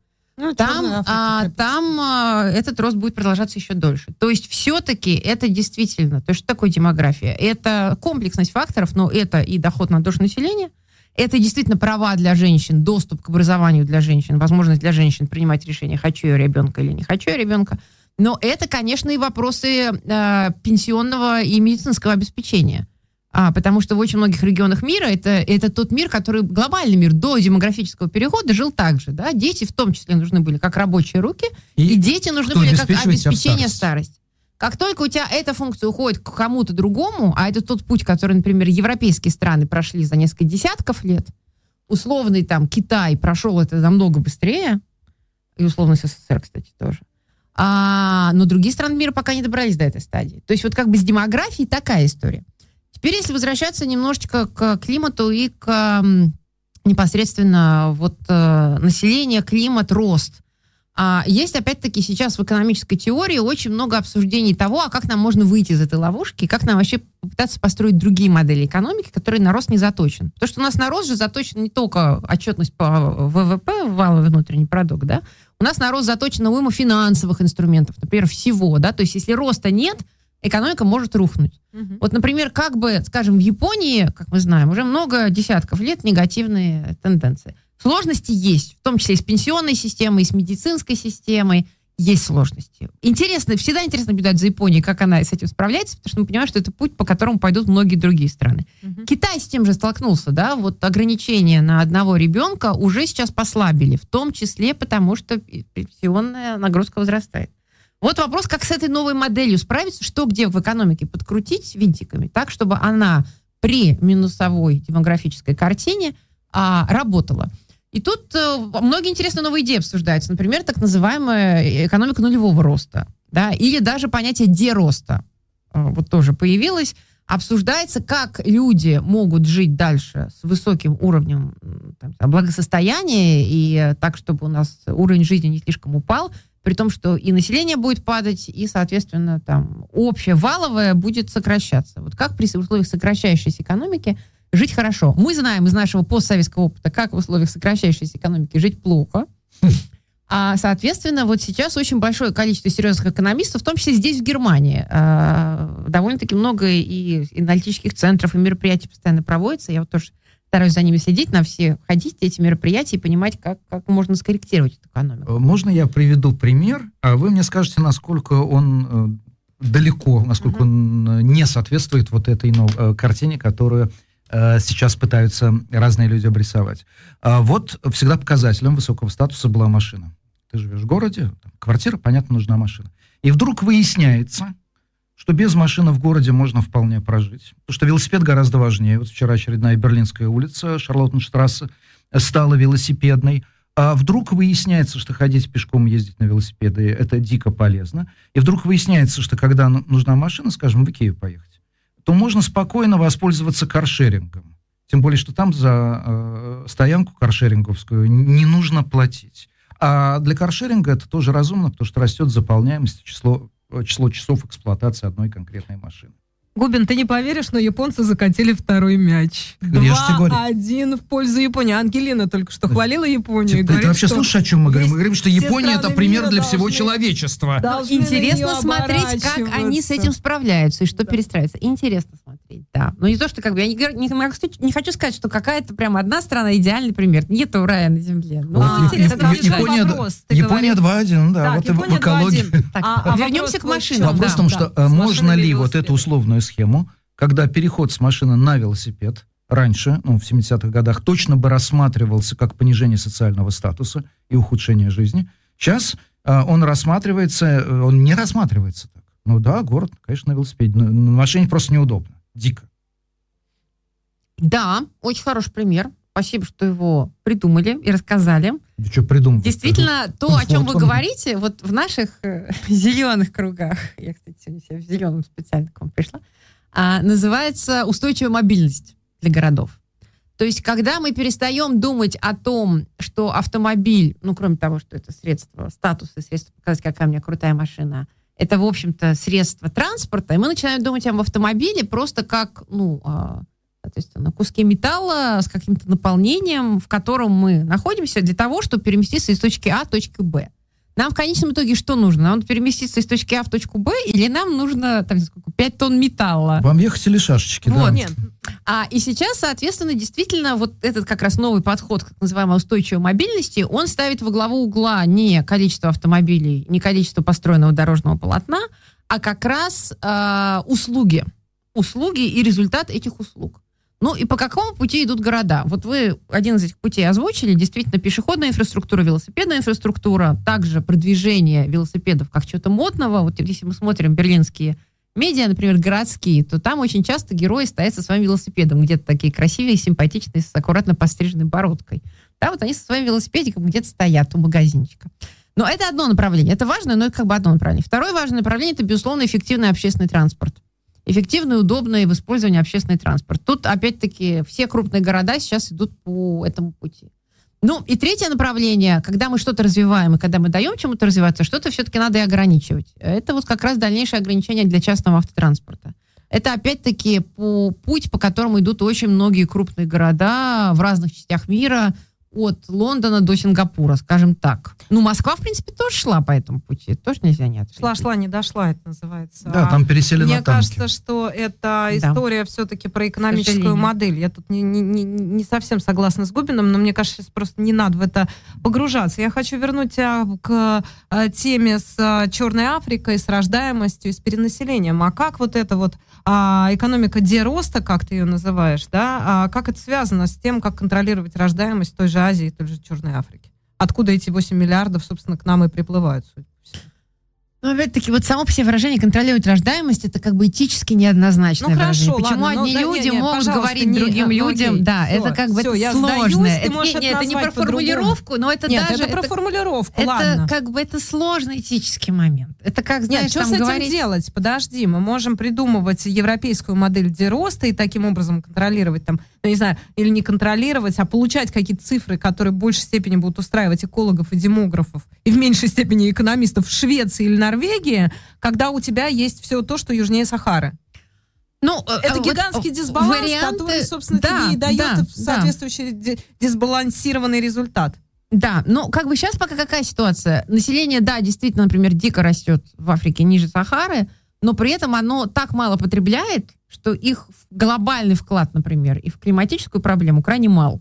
там этот рост будет продолжаться еще дольше. То есть все-таки это действительно, то есть что такое демография? Это комплексность факторов, но это и доход на душу населения, это действительно права для женщин, доступ к образованию для женщин, возможность для женщин принимать решение, хочу я ребенка или не хочу я ребенка. Но это, конечно, и вопросы пенсионного и медицинского обеспечения. Потому что в очень многих регионах мира это тот мир, который, глобальный мир, до демографического перехода жил так же. Да? Дети в том числе нужны были как рабочие руки, и дети нужны были как обеспечение старости. Как только у тебя эта функция уходит к кому-то другому, а это тот путь, который, например, европейские страны прошли за несколько десятков лет, условный там Китай прошел это намного быстрее, И условно СССР, кстати, тоже. Но другие страны мира пока не добрались до этой стадии. То есть вот как бы с демографией такая история. Теперь, если возвращаться немножечко к климату и к непосредственно вот население, климат, рост. Есть, опять-таки, сейчас в экономической теории очень много обсуждений того, а как нам можно выйти из этой ловушки, как нам вообще попытаться построить другие модели экономики, которые на рост не заточены. Потому что у нас на рост же заточен не только отчетность по ВВП, валовый внутренний продукт, да, у нас на рост заточена уйма финансовых инструментов, например, всего, да, то есть если роста нет, экономика может рухнуть. Вот, например, как бы, скажем, в Японии, как мы знаем, уже много десятков лет негативные тенденции. Сложности есть, в том числе и с пенсионной системой, и с медицинской системой. Есть сложности. Всегда интересно наблюдать за Японией, как она с этим справляется, потому что мы понимаем, что это путь, по которому пойдут многие другие страны. Китай с тем же столкнулся, да, вот ограничения на одного ребенка уже сейчас послабили, в том числе потому, что пенсионная нагрузка возрастает. Вот вопрос, как с этой новой моделью справиться, что где в экономике подкрутить винтиками, так, чтобы она при минусовой демографической картине работала. И тут многие интересные новые идеи обсуждаются. Например, так называемая экономика нулевого роста. Да, или даже понятие дероста. Вот тоже появилось. Обсуждается, как люди могут жить дальше с высоким уровнем благосостояния и так, чтобы у нас уровень жизни не слишком упал, при том, что и население будет падать, и, соответственно, там общее валовое будет сокращаться. Вот как при условиях сокращающейся экономики жить хорошо. Мы знаем из нашего постсоветского опыта, как в условиях сокращающейся экономики жить плохо. Соответственно, вот сейчас очень большое количество серьезных экономистов, в том числе здесь, в Германии, довольно-таки много и аналитических центров, и мероприятий постоянно проводятся. Я вот тоже стараюсь за ними следить, на все ходить, эти мероприятия, и понимать, как можно скорректировать эту экономику. Можно я приведу пример, а вы мне скажете, насколько он далеко, насколько он не соответствует вот этой картине, которую сейчас пытаются разные люди обрисовать. Вот всегда показателем высокого статуса была машина. Ты живешь в городе, квартира, понятно, нужна машина. И вдруг выясняется, что без машины в городе можно вполне прожить. Потому что велосипед гораздо важнее. Вот вчера очередная Берлинская улица, Шарлоттенштрассе, стала велосипедной. А вдруг выясняется, что ходить пешком, ездить на велосипеде, это дико полезно. И вдруг выясняется, что когда нужна машина, скажем, в Икею поехать, то можно спокойно воспользоваться каршерингом. Тем более, что там за стоянку каршеринговскую не нужно платить. А для каршеринга это тоже разумно, потому что растет заполняемость, число часов эксплуатации одной конкретной машины. Губин, ты не поверишь, но японцы закатили второй мяч. 2-1 в пользу Японии. Ангелина только что хвалила Японию. Ты вообще слушаешь, о чем мы говорим? Мы говорим, что Япония — это пример для всего человечества. Интересно смотреть, как они с этим справляются и что перестраивается. Интересно смотреть, да. Но не то, что как бы я не хочу сказать, что какая-то прям одна страна идеальный пример. Нету рая на земле. Япония 2-1, да, вот в экологии. Вернемся к машинам. Вопрос в том, что можно ли вот эту условную схему, когда переход с машины на велосипед раньше, в 70-х годах, точно бы рассматривался как понижение социального статуса и ухудшение жизни. Сейчас он не рассматривается так. Ну да, город, конечно, на велосипеде. На машине просто неудобно. Дико. Да, очень хороший пример. Спасибо, что его придумали и рассказали. Да что придумали? Действительно, то, о чем вы говорите, вот в наших зеленых кругах, я, кстати, сегодня в зеленом специально к вам пришла, называется устойчивая мобильность для городов. То есть, когда мы перестаем думать о том, что автомобиль, кроме того, что это средство статуса, средство показать, какая у меня крутая машина, это, в общем-то, средство транспорта, и мы начинаем думать об автомобиле просто как, соответственно, куски металла с каким-то наполнением, в котором мы находимся для того, чтобы переместиться из точки А в точку Б. Нам в конечном итоге что нужно? Нам нужно переместиться из точки А в точку Б, или нам нужно 5 тонн металла? Вам ехать или шашечки, вот. Да? Нет. И сейчас, соответственно, действительно, вот этот как раз новый подход, как называемой устойчивой мобильности, он ставит во главу угла не количество автомобилей, не количество построенного дорожного полотна, а как раз услуги. Услуги и результат этих услуг. И по какому пути идут города? Вот вы один из этих путей озвучили. Действительно, пешеходная инфраструктура, велосипедная инфраструктура, также продвижение велосипедов как чего-то модного. Вот если мы смотрим берлинские медиа, например, городские, то там очень часто герои стоят со своим велосипедом, где-то такие красивые, симпатичные, с аккуратно постриженной бородкой. Да, вот они со своим велосипедиком где-то стоят у магазинчика. Но это одно направление. Это важно, но это как бы одно направление. Второе важное направление – это, безусловно, эффективный общественный транспорт. Эффективный, удобный в использовании общественный транспорт. Тут, опять-таки, все крупные города сейчас идут по этому пути. Ну, и третье направление, когда мы что-то развиваем, и когда мы даем чему-то развиваться, что-то все-таки надо и ограничивать. Это вот как раз дальнейшее ограничение для частного автотранспорта. Это, опять-таки, путь, по которому идут очень многие крупные города в разных частях мира, от Лондона до Сингапура, скажем так. Ну, Москва, в принципе, тоже шла по этому пути. Это тоже нельзя не ответить. Шла, не дошла, это называется. Да, там пересели Мне на танки. кажется, что это история все-таки про экономическую модель. Я тут не совсем согласна с Губиным, но мне кажется, сейчас просто не надо в это погружаться. Я хочу вернуть тебя к теме с Черной Африкой, с рождаемостью, с перенаселением. А как вот эта вот экономика дероста, как ты ее называешь, да, как это связано с тем, как контролировать рождаемость в той же Азии и той же Черной Африке? Откуда эти 8 миллиардов, собственно, к нам и приплывают, судя по всему? Ну, опять-таки, вот само по себе выражение «контролировать рождаемость» — это как бы этически неоднозначное выражение. Почему одни люди могут говорить другим людям? Да, это как бы это сложно. Это не про формулировку, но это даже... Нет, это про формулировку, это как бы это сложный этический момент. Это как, знаешь, что с этим делать? Подожди, мы можем придумывать европейскую модель дероста и таким образом контролировать там, ну, не знаю, или не контролировать, а получать какие-то цифры, которые в большей степени будут устраивать экологов и демографов, и в меньшей степени экономистов в Швеции или Норвегии, когда у тебя есть все то, что южнее Сахары. Ну, это гигантский дисбаланс, который, собственно, тебе и дает соответствующий дисбалансированный результат. Да, но как бы сейчас пока какая ситуация? Население, да, действительно, например, дико растет в Африке ниже Сахары, но при этом оно так мало потребляет, что их глобальный вклад, например, и в климатическую проблему крайне мал.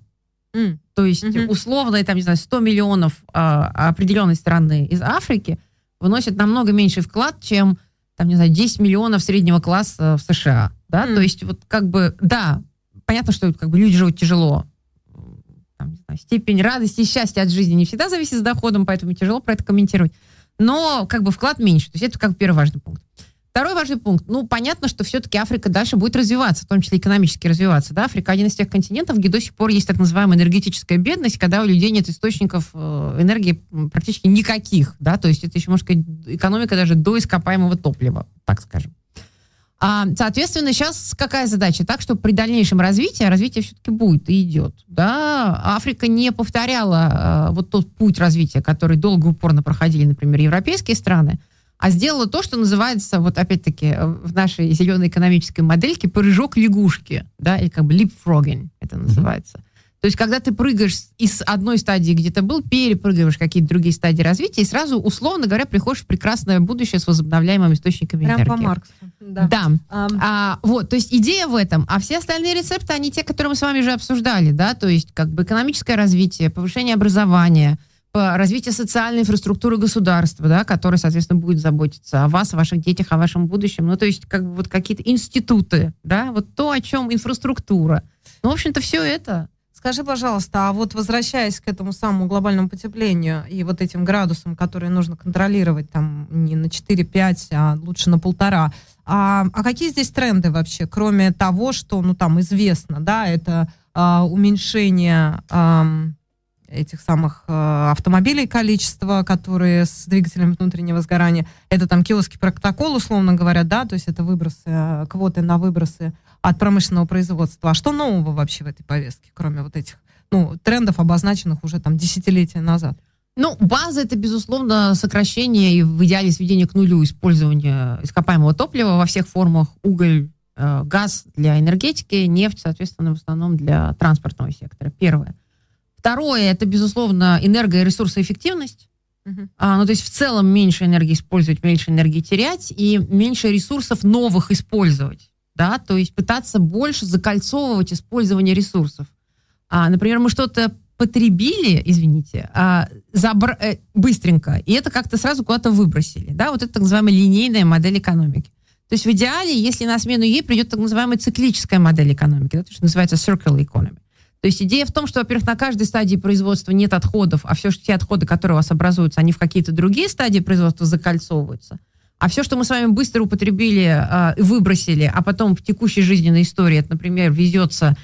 То есть, условно, там, не знаю, 100 миллионов определенной страны из Африки выносят намного меньший вклад, чем, там, не знаю, 10 миллионов среднего класса в США. Да? То есть, вот как бы, да, понятно, что как бы люди живут тяжело. Там, не знаю, степень радости и счастья от жизни не всегда зависит с доходом, поэтому тяжело про это комментировать. Но как бы вклад меньше. То есть это как бы первый важный пункт. Второй важный пункт. Ну, понятно, что все-таки Африка дальше будет развиваться, в том числе экономически развиваться. Да? Африка один из тех континентов, где до сих пор есть так называемая энергетическая бедность, когда у людей нет источников энергии практически никаких. Да? То есть это еще, можно сказать, экономика даже до ископаемого топлива, так скажем. Соответственно, сейчас какая задача? Так, что при дальнейшем развитии, развитие все-таки будет и идет. Да? Африка не повторяла вот тот путь развития, который долго упорно проходили, например, европейские страны, а сделала то, что называется, вот опять-таки, в нашей зеленой экономической модельке прыжок лягушки, да, или как бы leapfrogging это называется. То есть, когда ты прыгаешь из одной стадии, где ты был, перепрыгиваешь какие-то другие стадии развития, и сразу, условно говоря, приходишь в прекрасное будущее с возобновляемыми источниками энергии. Прям по Марксу. Да. Вот, то есть идея в этом. А все остальные рецепты, они те, которые мы с вами уже обсуждали, да, то есть как бы экономическое развитие, повышение образования, развитие социальной инфраструктуры государства, да, которое, соответственно, будет заботиться о вас, о ваших детях, о вашем будущем. Ну, то есть, как бы вот какие-то институты, да, вот то, о чем инфраструктура. Ну, в общем-то, все это. Скажи, пожалуйста, а вот возвращаясь к этому самому глобальному потеплению и вот этим градусам, которые нужно контролировать там не на 4-5, а лучше на 1,5, а какие здесь тренды вообще, кроме того, что, ну, там известно, да, это уменьшение этих самых автомобилей, количество, которые с двигателем внутреннего сгорания, это там киотский протокол, условно говоря, да, то есть это выбросы, квоты на выбросы от промышленного производства. А что нового вообще в этой повестке, кроме вот этих, ну, трендов, обозначенных уже там десятилетия назад? Ну, база — это, безусловно, сокращение и в идеале сведение к нулю использования ископаемого топлива во всех формах: уголь, газ для энергетики, нефть, соответственно, в основном для транспортного сектора. Первое. Второе — это, безусловно, энерго- и ресурсоэффективность. Ну, то есть в целом меньше энергии использовать, меньше энергии терять и меньше ресурсов новых использовать. Да? То есть пытаться больше закольцовывать использование ресурсов. Например, мы что-то потребили, извините, быстренько, и это как-то сразу куда-то выбросили. Да? Вот это так называемая линейная модель экономики. То есть в идеале, если на смену ей придет так называемая циклическая модель экономики, да, то, что называется circular economy. То есть идея в том, что, во-первых, на каждой стадии производства нет отходов, а все отходы, которые у вас образуются, они в какие-то другие стадии производства закольцовываются. А все, что мы с вами быстро употребили и выбросили, а потом в текущей жизненной истории, это, например, везется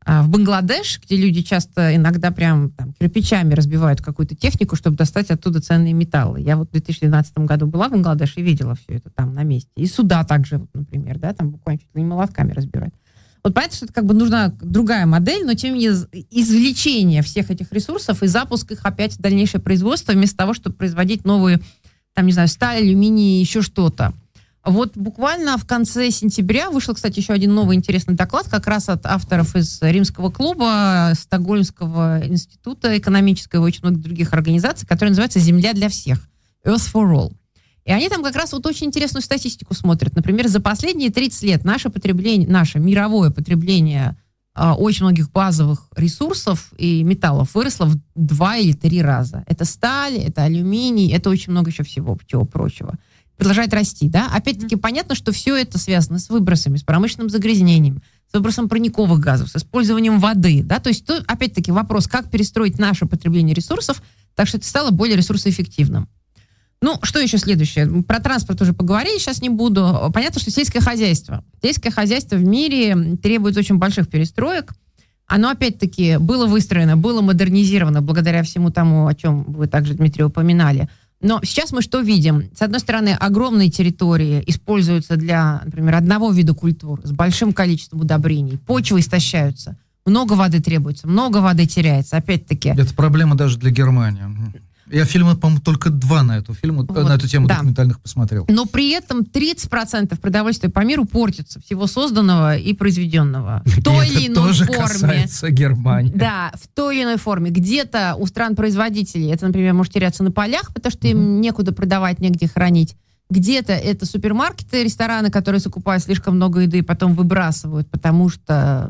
в Бангладеш, где люди часто иногда прям там кирпичами разбивают какую-то технику, чтобы достать оттуда ценные металлы. Я вот в 2012 году была в Бангладеше и видела все это там на месте. И суда также, вот, например, да, там буквально чуть ли не молотками разбирают. Вот понятно, что это как бы нужна другая модель, но тем не менее извлечение всех этих ресурсов и запуск их опять в дальнейшее производство, вместо того, чтобы производить новые, там, не знаю, сталь, алюминий, еще что-то. Вот буквально в конце сентября вышел, кстати, еще один новый интересный доклад, как раз от авторов из Римского клуба, Стокгольмского института экономического и очень многих других организаций, который называется «Земля для всех» – Earth for All. И они там как раз вот очень интересную статистику смотрят. Например, за последние 30 лет наше мировое потребление очень многих базовых ресурсов и металлов выросло в 2 или 3 раза. Это сталь, это алюминий, это очень много еще всего прочего. Продолжает расти, да? Опять-таки понятно, что все это связано с выбросами, с промышленным загрязнением, с выбросом парниковых газов, с использованием воды, да? То есть, опять-таки, вопрос, как перестроить наше потребление ресурсов, так что это стало более ресурсоэффективным. Ну, что еще следующее? Про транспорт уже поговорили, сейчас не буду. Понятно, что сельское хозяйство. Сельское хозяйство в мире требует очень больших перестроек. Оно, опять-таки, было выстроено, было модернизировано благодаря всему тому, о чем вы также, Дмитрий, упоминали. Но сейчас мы что видим? С одной стороны, огромные территории используются для, например, одного вида культур с большим количеством удобрений. Почвы истощаются. Много воды требуется, много воды теряется. Опять-таки... Это проблема даже для Германии. Я фильмы, по-моему, только 2 на эту тему документальных посмотрел. Но при этом 30% продовольствия по миру портится, всего созданного и произведенного. В той или иной тоже форме. Касается Германии. Да, в той или иной форме. Где-то у стран-производителей это, например, может теряться на полях, потому что им некуда продавать, негде хранить. Где-то это супермаркеты, рестораны, которые закупают слишком много еды и потом выбрасывают, потому что,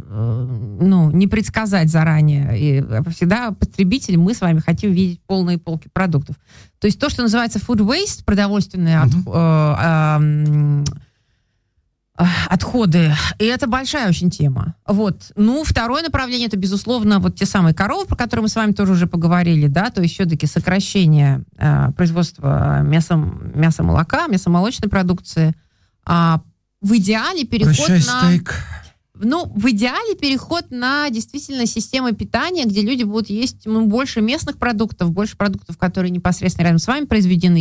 не предсказать заранее. И всегда потребители, мы с вами хотим видеть полные полки продуктов. То есть то, что называется food waste, продовольственные отходы, и это большая очень тема. Вот. Второе направление, это, безусловно, вот те самые коровы, про которые мы с вами тоже уже поговорили, да, то есть все-таки сокращение производства мяса, молока, мясомолочной продукции. В идеале переход в идеале переход на действительно системы питания, где люди будут есть больше местных продуктов, больше продуктов, которые непосредственно рядом с вами произведены,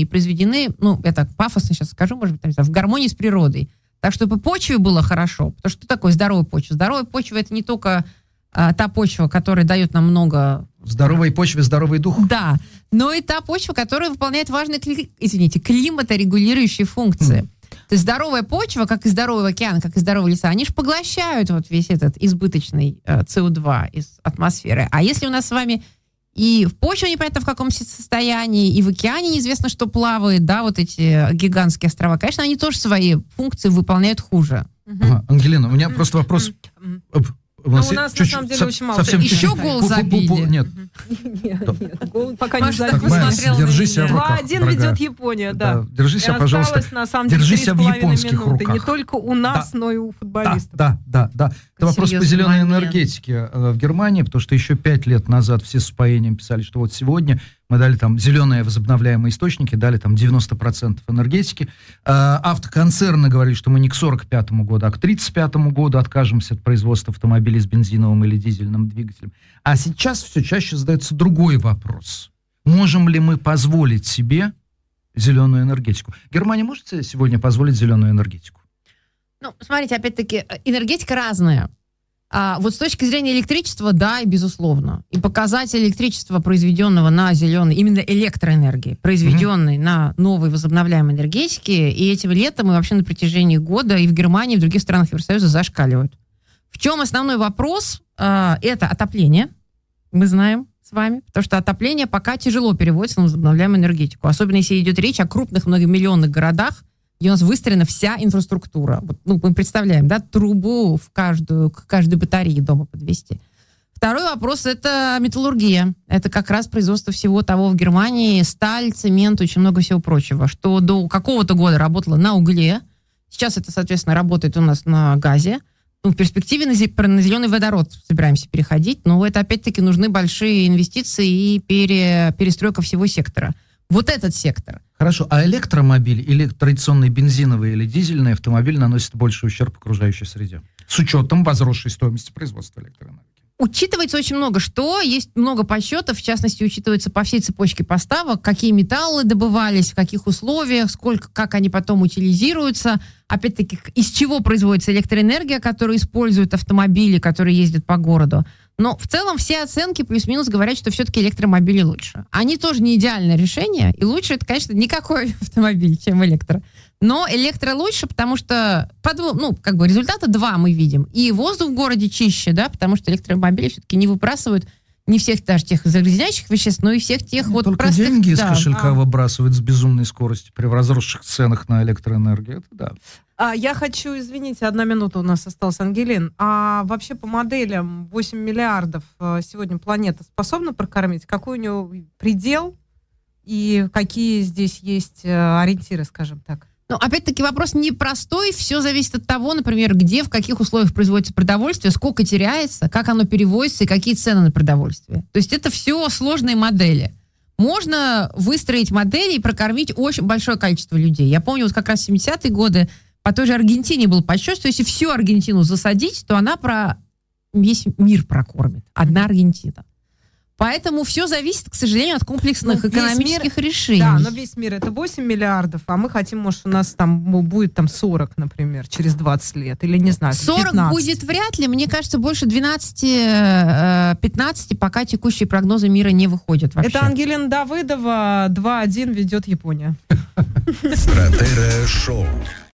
я так пафосно сейчас скажу, может быть, в гармонии с природой. Так, чтобы почве было хорошо. Потому что такое здоровая почва? Здоровая почва — это не только та почва, которая дает нам много... В здоровой почве здоровый дух. Да, но и та почва, которая выполняет важные климаторегулирующие функции. То есть здоровая почва, как и здоровый океан, как и здоровые леса, они же поглощают вот весь этот избыточный СО2 из атмосферы. А если у нас с вами и в почве непонятно в каком состоянии, и в океане неизвестно, что плавает, да, вот эти гигантские острова, конечно, они тоже свои функции выполняют хуже. Ангелина, у меня просто вопрос... У нас на самом деле очень мало. Еще гол забили. Нет. Нет, гол пока не забили. Держи себя в руках, 2-1 ведет Япония, да. Держи себя, пожалуйста. На самом деле, держи себя в японских руках. Не только у нас, но и у футболистов. Да. Это вопрос по зеленой энергетике в Германии, потому что еще 5 лет назад все с упоением писали, что вот сегодня мы дали там зеленые возобновляемые источники, дали там 90% энергетики. Автоконцерны говорили, что мы не к 45-му году, а к 35-му году откажемся от производства автомобилей с бензиновым или дизельным двигателем. А сейчас все чаще задается другой вопрос. Можем ли мы позволить себе зеленую энергетику? Германия может себе сегодня позволить зеленую энергетику? Смотрите, опять-таки, энергетика разная. Вот с точки зрения электричества, да, и безусловно. И показатель электричества, произведенного на зеленой, именно электроэнергии, произведенной на новой возобновляемой энергетике, и этим летом, и вообще на протяжении года и в Германии, и в других странах Евросоюза зашкаливают. В чем основной вопрос? Это отопление, мы знаем с вами, потому что отопление пока тяжело переводится на возобновляемую энергетику, особенно если идет речь о крупных многомиллионных городах, где у нас выстроена вся инфраструктура. Мы представляем, да, трубу к каждой батарее дома подвести. Второй вопрос — это металлургия. Это как раз производство всего того в Германии, сталь, цемент, очень много всего прочего, что до какого-то года работало на угле. Сейчас это, соответственно, работает у нас на газе. В перспективе на зеленый водород собираемся переходить, но это, опять-таки, нужны большие инвестиции и перестройка всего сектора. Вот этот сектор. Хорошо, а электромобиль или традиционный бензиновый или дизельный автомобиль наносит больший ущерб окружающей среде? С учетом возросшей стоимости производства электроэнергии. учитывается очень много что, есть много подсчетов, в частности, учитывается по всей цепочке поставок, какие металлы добывались, в каких условиях, сколько, как они потом утилизируются, опять-таки, из чего производится электроэнергия, которую используют автомобили, которые ездят по городу. Но в целом все оценки плюс-минус говорят, что все-таки электромобили лучше. Они тоже не идеальное решение, и лучше это, конечно, никакой автомобиль, чем электро. Но электро лучше, потому что, результата два мы видим. И воздух в городе чище, да, потому что электромобили все-таки не выбрасывают не всех даже тех загрязняющих веществ, но и всех тех только простых... деньги из кошелька выбрасывают с безумной скоростью при возросших ценах на электроэнергию. Это да. Я хочу, извините, 1 минута у нас осталась, Ангелин. А вообще по моделям 8 миллиардов сегодня планета способна прокормить? Какой у нее предел и какие здесь есть ориентиры, скажем так? Ну, опять-таки, вопрос непростой. Все зависит от того, например, где, в каких условиях производится продовольствие, сколько теряется, как оно перевозится и какие цены на продовольствие. То есть это все сложные модели. Можно выстроить модели и прокормить очень большое количество людей. Я помню, вот как раз в 70-е годы по той же Аргентине был подсчет, что если всю Аргентину засадить, то она весь мир прокормит. Одна Аргентина. Поэтому все зависит, к сожалению, от комплексных экономических решений. Да, но весь мир это 8 миллиардов, а мы хотим, может, у нас там будет 40, например, через 20 лет, или не знаю, 40 15. будет вряд ли, мне кажется, больше 12-15, пока текущие прогнозы мира не выходят вообще. Это Ангелина Давыдова, 2-1 ведет Япония. Стратера Шоу.